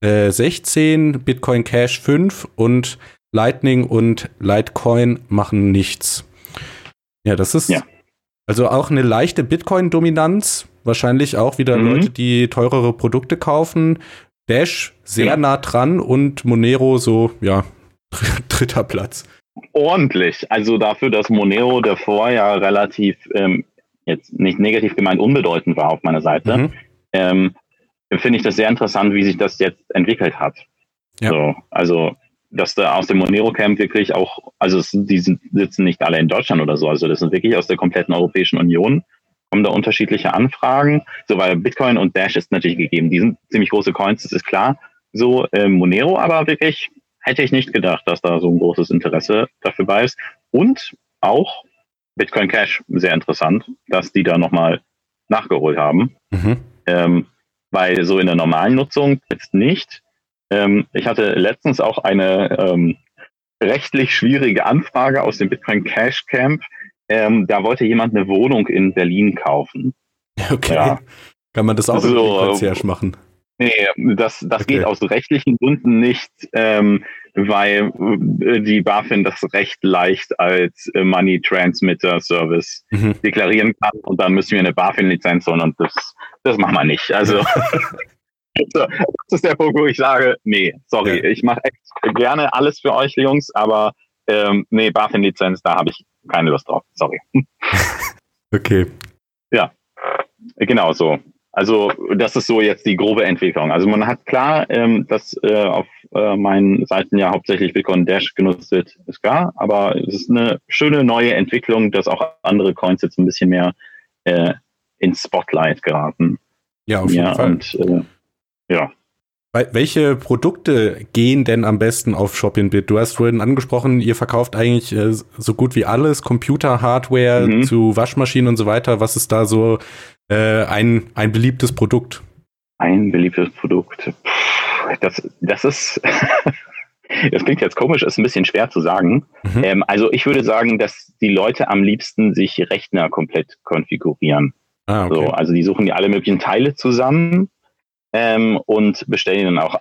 16, Bitcoin Cash 5 und Lightning und Litecoin machen nichts. Ja, das ist also auch eine leichte Bitcoin-Dominanz. Wahrscheinlich auch wieder Leute, die teurere Produkte kaufen. Dash sehr nah dran und Monero so, dritter Platz. Ordentlich. Also dafür, dass Monero davor ja relativ, jetzt nicht negativ gemeint, unbedeutend war auf meiner Seite, finde ich das sehr interessant, wie sich das jetzt entwickelt hat. Ja. So, also, dass da aus dem Monero Camp wirklich auch, also sitzen nicht alle in Deutschland oder so, also das sind wirklich aus der kompletten Europäischen Union, kommen da unterschiedliche Anfragen, so, weil Bitcoin und Dash ist natürlich gegeben, die sind ziemlich große Coins, das ist klar, so, Monero aber wirklich, hätte ich nicht gedacht, dass da so ein großes Interesse dafür bei ist. Und auch Bitcoin Cash, sehr interessant, dass die da nochmal nachgeholt haben. Weil so in der normalen Nutzung jetzt nicht. Ich hatte letztens auch eine rechtlich schwierige Anfrage aus dem Bitcoin Cash Camp. Da wollte jemand eine Wohnung in Berlin kaufen. Okay. Ja. Kann man das auch So, mit dem Concierge machen? Nee, das Okay. geht aus rechtlichen Gründen nicht, weil die BaFin das recht leicht als Money Transmitter Service deklarieren kann und dann müssen wir eine BaFin-Lizenz holen und das machen wir nicht. Also das ist der Punkt, wo ich sage, nee, sorry, ich mache echt gerne alles für euch, Jungs, aber nee, BaFin-Lizenz, da habe ich keine Lust drauf, sorry. Okay. Ja, genau so. Also das ist so jetzt die grobe Entwicklung. Also man hat klar, dass auf meinen Seiten ja hauptsächlich Bitcoin Dash genutzt wird, ist klar. Aber es ist eine schöne neue Entwicklung, dass auch andere Coins jetzt ein bisschen mehr ins Spotlight geraten. Ja, auf jeden Fall. Und ja. Welche Produkte gehen denn am besten auf Shopinbit? Du hast vorhin angesprochen, ihr verkauft eigentlich so gut wie alles, Computer, Hardware zu Waschmaschinen und so weiter. Was ist da so ein beliebtes Produkt? Ein beliebtes Produkt. Das ist, das klingt jetzt komisch, ist ein bisschen schwer zu sagen. Also ich würde sagen, dass die Leute am liebsten sich Rechner komplett konfigurieren. Okay. So, also die suchen ja alle möglichen Teile zusammen. Und bestellen dann auch.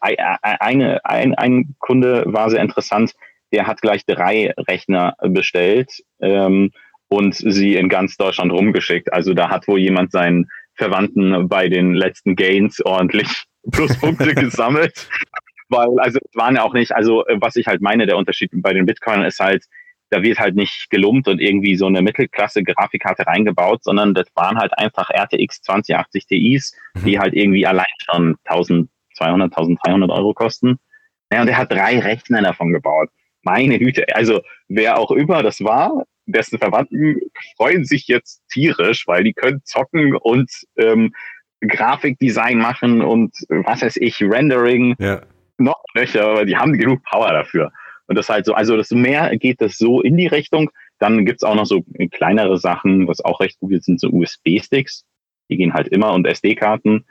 Ein Kunde war sehr interessant, der hat gleich 3 Rechner bestellt und sie in ganz Deutschland rumgeschickt. Also da hat wohl jemand seinen Verwandten bei den letzten Gains ordentlich Pluspunkte gesammelt. Weil, also es waren ja auch nicht, also was ich halt meine, der Unterschied bei den Bitcoinern ist halt, da wird halt nicht gelumpt und irgendwie so eine Mittelklasse-Grafikkarte reingebaut, sondern das waren halt einfach RTX 2080 Ti's, die halt irgendwie allein schon 1200, 1300 Euro kosten. Ja, und er hat 3 Rechner davon gebaut. Meine Güte, also wer auch immer das war, dessen Verwandten freuen sich jetzt tierisch, weil die können zocken und Grafikdesign machen und was weiß ich, Rendering, noch Löcher, aber die haben genug Power dafür. Und das halt so, also das mehr geht das so in die Richtung. Dann gibt's auch noch so kleinere Sachen, was auch recht gut ist, sind so USB-Sticks. Die gehen halt immer und SD-Karten.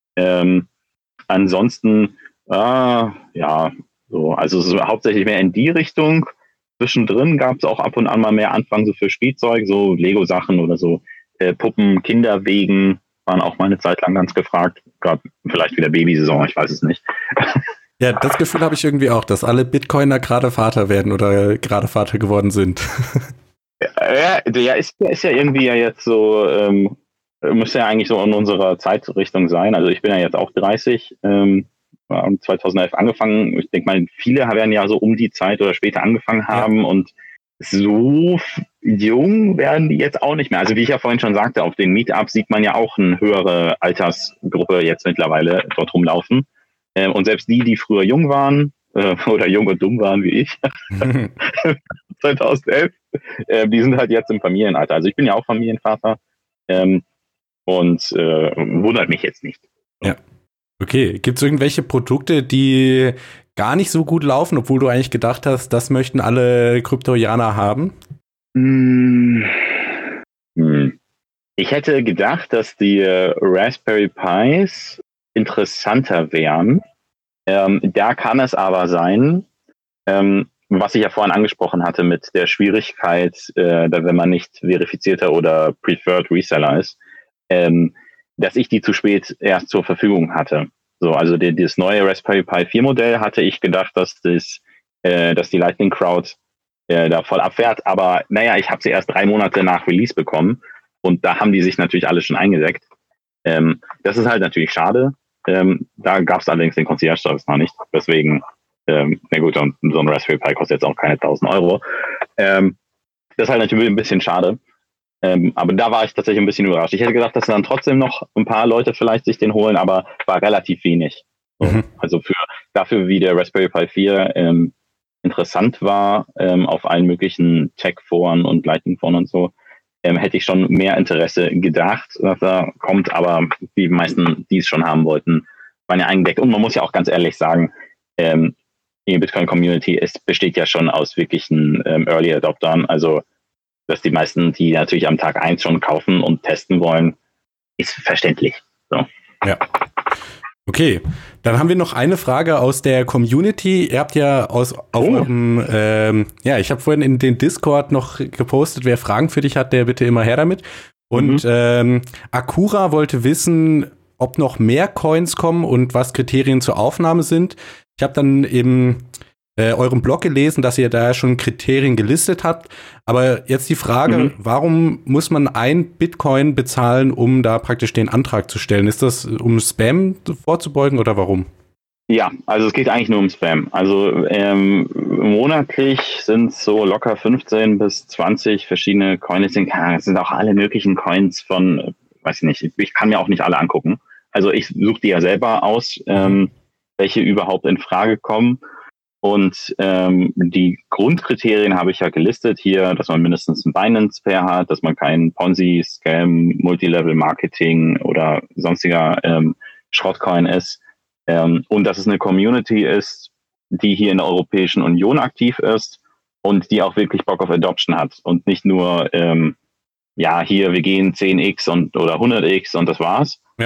Ansonsten, ja, so, also so hauptsächlich mehr in die Richtung. Zwischendrin gab's auch ab und an mal mehr Anfang so für Spielzeug, so Lego-Sachen oder so Puppen, Kinderwegen waren auch mal eine Zeit lang ganz gefragt. Gerade vielleicht wieder Babysaison, ich weiß es nicht. Ja, das Gefühl habe ich irgendwie auch, dass alle Bitcoiner gerade Vater werden oder gerade Vater geworden sind. Ja, der ist ja irgendwie ja jetzt so, müsste ja eigentlich so in unserer Zeitrichtung sein. Also ich bin ja jetzt auch 30, 2011 angefangen. Ich denke mal, viele werden ja so um die Zeit oder später angefangen haben und so jung werden die jetzt auch nicht mehr. Also wie ich ja vorhin schon sagte, auf den Meetups sieht man ja auch eine höhere Altersgruppe jetzt mittlerweile dort rumlaufen. Und selbst die früher jung waren, oder jung und dumm waren wie ich, 2011, die sind halt jetzt im Familienalter. Also ich bin ja auch Familienvater und wundert mich jetzt nicht. Ja. Okay, gibt es irgendwelche Produkte, die gar nicht so gut laufen, obwohl du eigentlich gedacht hast, das möchten alle Kryptoianer haben? Ich hätte gedacht, dass die Raspberry Pis interessanter wären. Da kann es aber sein, was ich ja vorhin angesprochen hatte mit der Schwierigkeit, wenn man nicht verifizierter oder preferred Reseller ist, dass ich die zu spät erst zur Verfügung hatte. So, also das neue Raspberry Pi 4 Modell hatte ich gedacht, dass die Lightning Crowd da voll abfährt, aber naja, ich habe sie erst 3 Monate nach Release bekommen und da haben die sich natürlich alle schon eingedeckt. Das ist halt natürlich schade. Da gab es allerdings den Concierge-Service noch nicht. Deswegen, na gut, und so ein Raspberry Pi kostet jetzt auch keine 1000 Euro. Das ist halt natürlich ein bisschen schade. Aber da war ich tatsächlich ein bisschen überrascht. Ich hätte gedacht, dass dann trotzdem noch ein paar Leute vielleicht sich den holen, aber war relativ wenig. So, also dafür, wie der Raspberry Pi 4 interessant war, auf allen möglichen Tech-Foren und Lightning-Foren und so, hätte ich schon mehr Interesse gedacht, dass da kommt, aber die meisten, die es schon haben wollten, waren ja eingedeckt. Und man muss ja auch ganz ehrlich sagen, die Bitcoin-Community besteht ja schon aus wirklichen Early Adoptern, also dass die meisten, die natürlich am Tag 1 schon kaufen und testen wollen, ist verständlich. So. Ja. Okay, dann haben wir noch eine Frage aus der Community. Ihr habt ja auf eurem, ich habe vorhin in den Discord noch gepostet, wer Fragen für dich hat, der bitte immer her damit. Und Akura wollte wissen, ob noch mehr Coins kommen und was Kriterien zur Aufnahme sind. Ich habe dann eben eurem Blog gelesen, dass ihr da schon Kriterien gelistet habt. Aber jetzt die Frage, warum muss man ein Bitcoin bezahlen, um da praktisch den Antrag zu stellen? Ist das, um Spam vorzubeugen oder warum? Ja, also es geht eigentlich nur um Spam. Also monatlich sind es so locker 15 bis 20 verschiedene Coins. Es sind auch alle möglichen Coins von, weiß ich nicht, ich kann mir auch nicht alle angucken. Also ich suche die ja selber aus, welche überhaupt in Frage kommen. Und die Grundkriterien habe ich ja gelistet hier, dass man mindestens ein Binance-Pair hat, dass man kein Ponzi, Scam, Multilevel-Marketing oder sonstiger Schrottcoin ist. Und dass es eine Community ist, die hier in der Europäischen Union aktiv ist und die auch wirklich Bock auf Adoption hat und nicht nur, hier, wir gehen 10x oder 100x und das war's. Ja.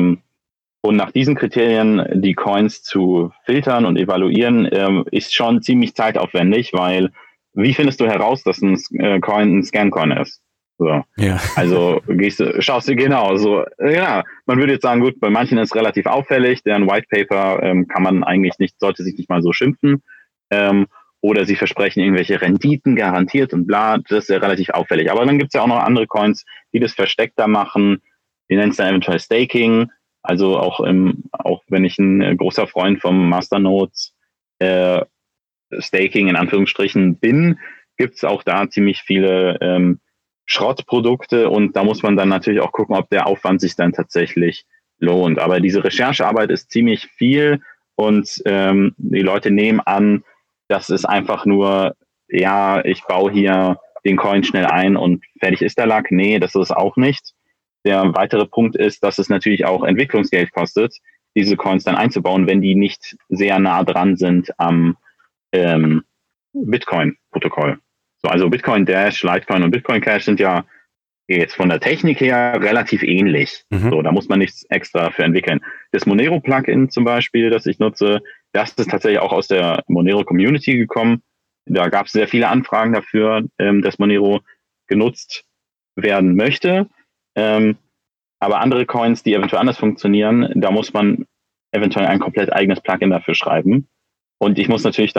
Und nach diesen Kriterien die Coins zu filtern und evaluieren, ist schon ziemlich zeitaufwendig, weil wie findest du heraus, dass ein Coin ein Scam-Coin ist? So. Ja. Also schaust du genau so. Ja, man würde jetzt sagen, gut, bei manchen ist es relativ auffällig, deren White Paper kann man eigentlich nicht, sollte sich nicht mal so schimpfen. Oder sie versprechen irgendwelche Renditen garantiert und bla, das ist ja relativ auffällig. Aber dann gibt es ja auch noch andere Coins, die das versteckter machen. Die nennen es dann eventuell Staking. Also auch wenn ich ein großer Freund vom Masternodes Staking in Anführungsstrichen bin, gibt es auch da ziemlich viele Schrottprodukte und da muss man dann natürlich auch gucken, ob der Aufwand sich dann tatsächlich lohnt. Aber diese Recherchearbeit ist ziemlich viel und die Leute nehmen an, das ist einfach nur, ja, ich baue hier den Coin schnell ein und fertig ist der Lack. Nee, das ist auch nicht. Der weitere Punkt ist, dass es natürlich auch Entwicklungsgeld kostet, diese Coins dann einzubauen, wenn die nicht sehr nah dran sind am Bitcoin-Protokoll. So, also Bitcoin Dash, Litecoin und Bitcoin Cash sind ja jetzt von der Technik her relativ ähnlich. So, da muss man nichts extra für entwickeln. Das Monero-Plugin zum Beispiel, das ich nutze, das ist tatsächlich auch aus der Monero-Community gekommen. Da gab es sehr viele Anfragen dafür, dass Monero genutzt werden möchte. Aber andere Coins, die eventuell anders funktionieren, da muss man eventuell ein komplett eigenes Plugin dafür schreiben. Und ich muss natürlich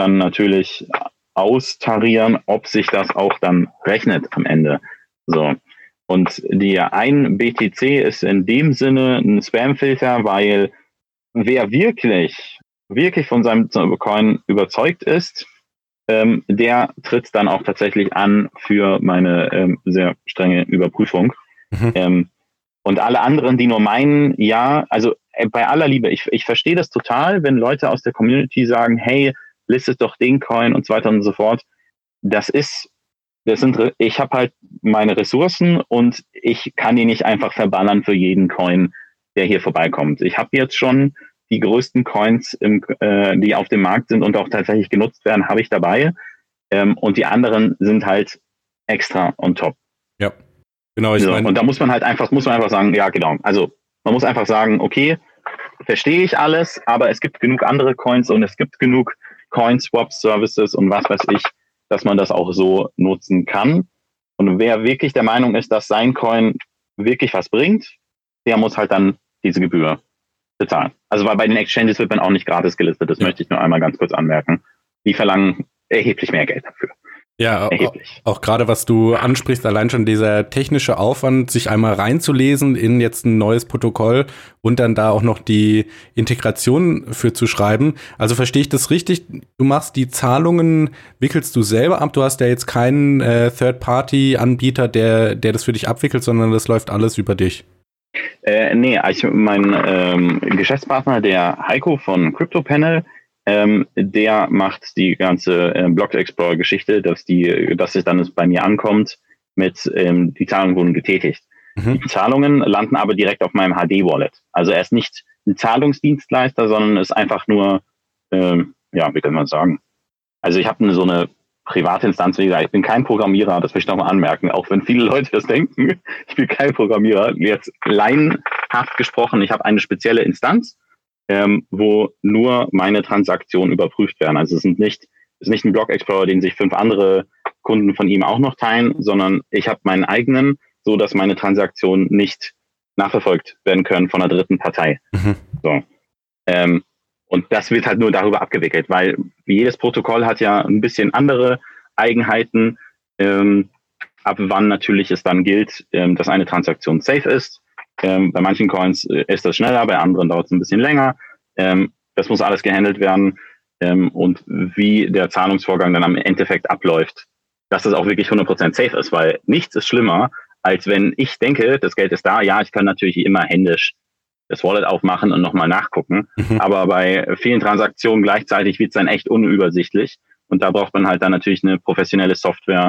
austarieren, ob sich das auch dann rechnet am Ende. So. Und ein BTC ist in dem Sinne ein Spam-Filter, weil wer wirklich von seinem Coin überzeugt ist, der tritt dann auch tatsächlich an für meine sehr strenge Überprüfung. Und alle anderen, die nur meinen, ja, also bei aller Liebe, ich verstehe das total, wenn Leute aus der Community sagen, hey, listet doch den Coin und so weiter und so fort. Ich habe halt meine Ressourcen und ich kann die nicht einfach verballern für jeden Coin, der hier vorbeikommt. Ich habe jetzt schon die größten Coins, die auf dem Markt sind und auch tatsächlich genutzt werden, habe ich dabei. Und die anderen sind halt extra on top. Ja, genau. Und da muss man einfach sagen, ja, genau. Also man muss einfach sagen, okay, verstehe ich alles, aber es gibt genug andere Coins und es gibt genug Coin-Swap-Services und was weiß ich, dass man das auch so nutzen kann. Und wer wirklich der Meinung ist, dass sein Coin wirklich was bringt, der muss halt dann diese Gebühr bezahlen. Also weil bei den Exchanges wird man auch nicht gratis gelistet, das möchte ich nur einmal ganz kurz anmerken. Die verlangen erheblich mehr Geld dafür. Ja, erheblich. auch gerade was du ansprichst, allein schon dieser technische Aufwand, sich einmal reinzulesen in jetzt ein neues Protokoll und dann da auch noch die Integration für zu schreiben. Also verstehe ich das richtig? Du machst die Zahlungen, wickelst du selber ab? Du hast ja jetzt keinen Third-Party-Anbieter, der das für dich abwickelt, sondern das läuft alles über dich. Nee, mein Geschäftspartner, der Heiko von CryptoPanel, der macht die ganze Block Explorer-Geschichte, dass es dann bei mir ankommt mit die Zahlungen wurden getätigt. Die Zahlungen landen aber direkt auf meinem HD-Wallet. Also er ist nicht ein Zahlungsdienstleister, sondern ist einfach nur, wie kann man sagen? Also ich habe so eine private Instanz, wie gesagt, ich bin kein Programmierer, das will ich nochmal anmerken, auch wenn viele Leute das denken. Ich bin kein Programmierer. Jetzt laienhaft gesprochen, ich habe eine spezielle Instanz, wo nur meine Transaktionen überprüft werden. Also es ist nicht ein Block Explorer, den sich 5 andere Kunden von ihm auch noch teilen, sondern ich habe meinen eigenen, so dass meine Transaktionen nicht nachverfolgt werden können von einer dritten Partei. So. Und das wird halt nur darüber abgewickelt, weil jedes Protokoll hat ja ein bisschen andere Eigenheiten, ab wann natürlich es dann gilt, dass eine Transaktion safe ist. Bei manchen Coins ist das schneller, bei anderen dauert es ein bisschen länger. Das muss alles gehandelt werden. Und wie der Zahlungsvorgang dann am Endeffekt abläuft, dass es auch wirklich 100% safe ist, weil nichts ist schlimmer, als wenn ich denke, das Geld ist da. Ja, ich kann natürlich immer händisch das Wallet aufmachen und nochmal nachgucken. Aber bei vielen Transaktionen gleichzeitig wird es dann echt unübersichtlich. Und da braucht man halt dann natürlich eine professionelle Software,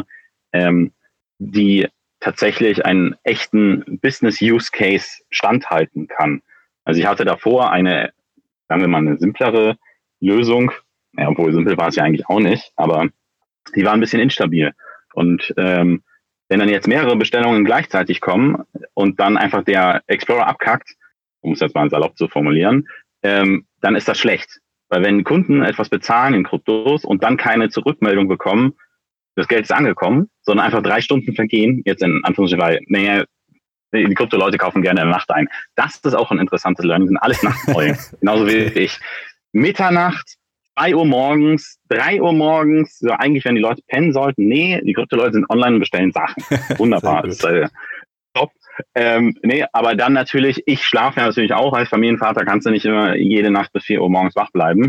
die tatsächlich einen echten Business-Use-Case standhalten kann. Also ich hatte davor eine simplere Lösung. Ja, obwohl simpel war es ja eigentlich auch nicht, aber die war ein bisschen instabil. Und wenn dann jetzt mehrere Bestellungen gleichzeitig kommen und dann einfach der Explorer abkackt, um es jetzt mal salopp zu formulieren, dann ist das schlecht. Weil wenn Kunden etwas bezahlen in Kryptos und dann keine Zurückmeldung bekommen, das Geld ist angekommen, sondern einfach 3 Stunden vergehen, jetzt in Anführungsstrichen, weil die Krypto-Leute kaufen gerne in der Nacht ein. Das ist auch ein interessantes Learning, sind alles Nachtreue, genauso wie ich. Mitternacht, 2 Uhr morgens, 3 Uhr morgens, so eigentlich, wenn die Leute pennen sollten, nee, die Krypto-Leute sind online und bestellen Sachen. Wunderbar, das ist top. Aber dann natürlich, ich schlafe ja natürlich auch, als Familienvater kannst du nicht immer jede Nacht bis 4 Uhr morgens wach bleiben.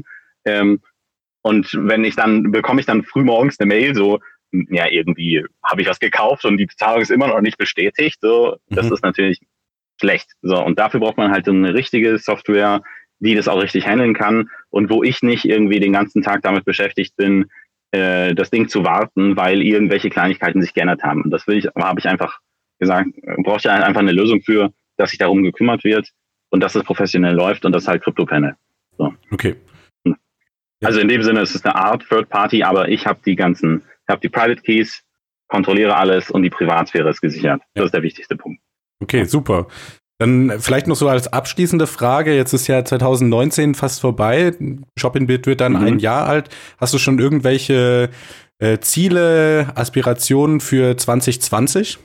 Und bekomme ich dann früh morgens eine Mail, so, ja, irgendwie habe ich was gekauft und die Bezahlung ist immer noch nicht bestätigt. So, das ist natürlich schlecht. So, und dafür braucht man halt eine richtige Software, die das auch richtig handeln kann und wo ich nicht irgendwie den ganzen Tag damit beschäftigt bin, das Ding zu warten, weil irgendwelche Kleinigkeiten sich geändert haben. Und das habe ich einfach gesagt, braucht ja einfach eine Lösung für, dass sich darum gekümmert wird und dass es professionell läuft und das ist halt CryptoPanel. So. Okay. Also in dem Sinne, es ist eine Art Third Party, aber ich habe die Private Keys, kontrolliere alles und die Privatsphäre ist gesichert. Das ist der wichtigste Punkt. Okay, super. Dann vielleicht noch so als abschließende Frage, jetzt ist ja 2019 fast vorbei, Shopinbit wird dann ein Jahr alt. Hast du schon irgendwelche Ziele, Aspirationen für 2020?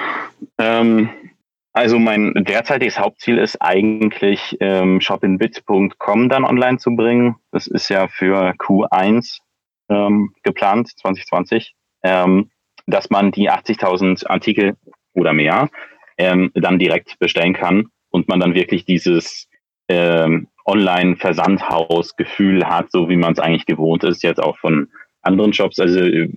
Also mein derzeitiges Hauptziel ist eigentlich, shopinbit.com dann online zu bringen. Das ist ja für Q1 geplant, 2020, dass man die 80.000 Artikel oder mehr dann direkt bestellen kann und man dann wirklich dieses Online-Versandhaus-Gefühl hat, so wie man es eigentlich gewohnt ist, jetzt auch von anderen Shops. Also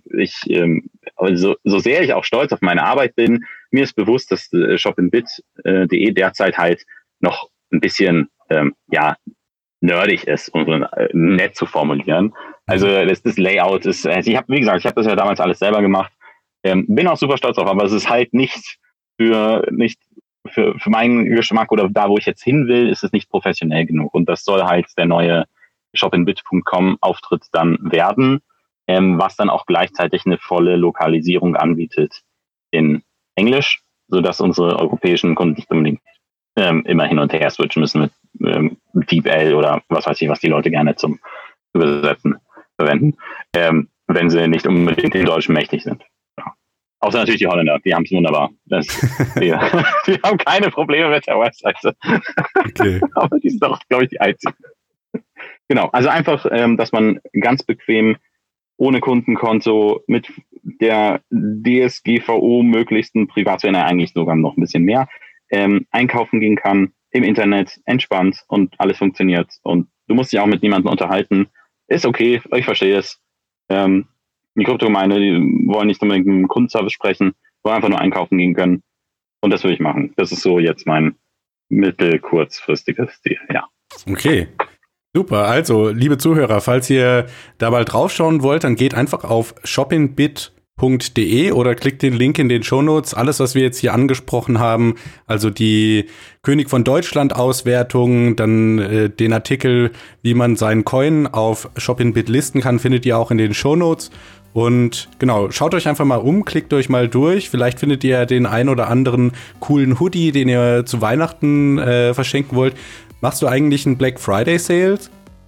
so sehr ich auch stolz auf meine Arbeit bin, mir ist bewusst, dass shopinbit.de derzeit halt noch ein bisschen nerdig ist, um nett zu formulieren. Also das Layout ist, ich habe das ja damals alles selber gemacht, bin auch super stolz drauf, aber es ist halt nicht für meinen Geschmack oder da, wo ich jetzt hin will, ist es nicht professionell genug. Und das soll halt der neue shopinbit.com Auftritt dann werden, was dann auch gleichzeitig eine volle Lokalisierung anbietet in Englisch, sodass unsere europäischen Kunden nicht unbedingt immer hin und her switchen müssen mit DeepL oder was weiß ich, was die Leute gerne zum Übersetzen verwenden, wenn sie nicht unbedingt den Deutschen mächtig sind. Ja. Außer natürlich die Holländer, die haben es wunderbar. Die haben keine Probleme mit der Webseite. Okay. Aber die sind doch, glaube ich, die einzigen. Genau, also einfach, dass man ganz bequem ohne Kundenkonto mit der DSGVO möglichsten Privatsphäre, eigentlich sogar noch ein bisschen mehr, einkaufen gehen kann im Internet, entspannt und alles funktioniert. Und du musst dich auch mit niemandem unterhalten. Ist okay, ich verstehe es. Die Kryptogemeinde, die wollen nicht unbedingt mit dem Kundenservice sprechen, wollen einfach nur einkaufen gehen können. Und das will ich machen. Das ist so jetzt mein mittel-kurzfristiges Ziel, ja. Okay, super. Also, liebe Zuhörer, falls ihr da mal draufschauen wollt, dann geht einfach auf shoppingbit.de oder klickt den Link in den Shownotes. Alles, was wir jetzt hier angesprochen haben, also die König von Deutschland Auswertung, dann den Artikel, wie man seinen Coin auf Shoppingbit listen kann, findet ihr auch in den Shownotes. Und genau, schaut euch einfach mal um, klickt euch mal durch. Vielleicht findet ihr den ein oder anderen coolen Hoodie, den ihr zu Weihnachten verschenken wollt. Machst du eigentlich einen Black Friday Sale?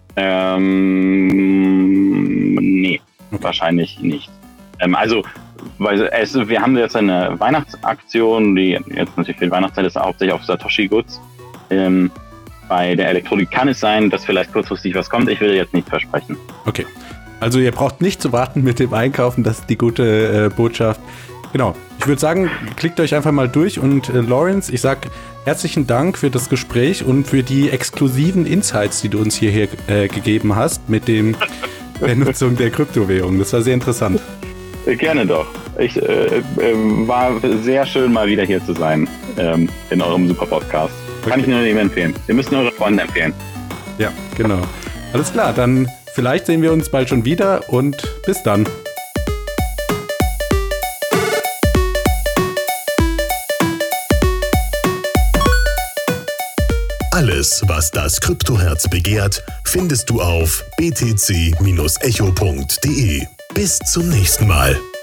Nee, wahrscheinlich nicht. Wir haben jetzt eine Weihnachtsaktion, die jetzt natürlich für die Weihnachtszeit ist, hauptsächlich auf Satoshi Goods. Bei der Elektronik kann es sein, dass vielleicht kurzfristig was kommt. Ich will jetzt nicht versprechen. Okay. Also ihr braucht nicht zu warten mit dem Einkaufen, das ist die gute Botschaft. Genau, ich würde sagen, klickt euch einfach mal durch und Lawrence, ich sag herzlichen Dank für das Gespräch und für die exklusiven Insights, die du uns hierher gegeben hast mit der Nutzung der Kryptowährung. Das war sehr interessant. Gerne doch. War sehr schön, mal wieder hier zu sein in eurem super Podcast. Okay. Kann ich nur jedem empfehlen. Ihr müsst nur eure Freunde empfehlen. Ja, genau. Alles klar, dann vielleicht sehen wir uns bald schon wieder und bis dann. Alles, was das Kryptoherz begehrt, findest du auf btc-echo.de. Bis zum nächsten Mal.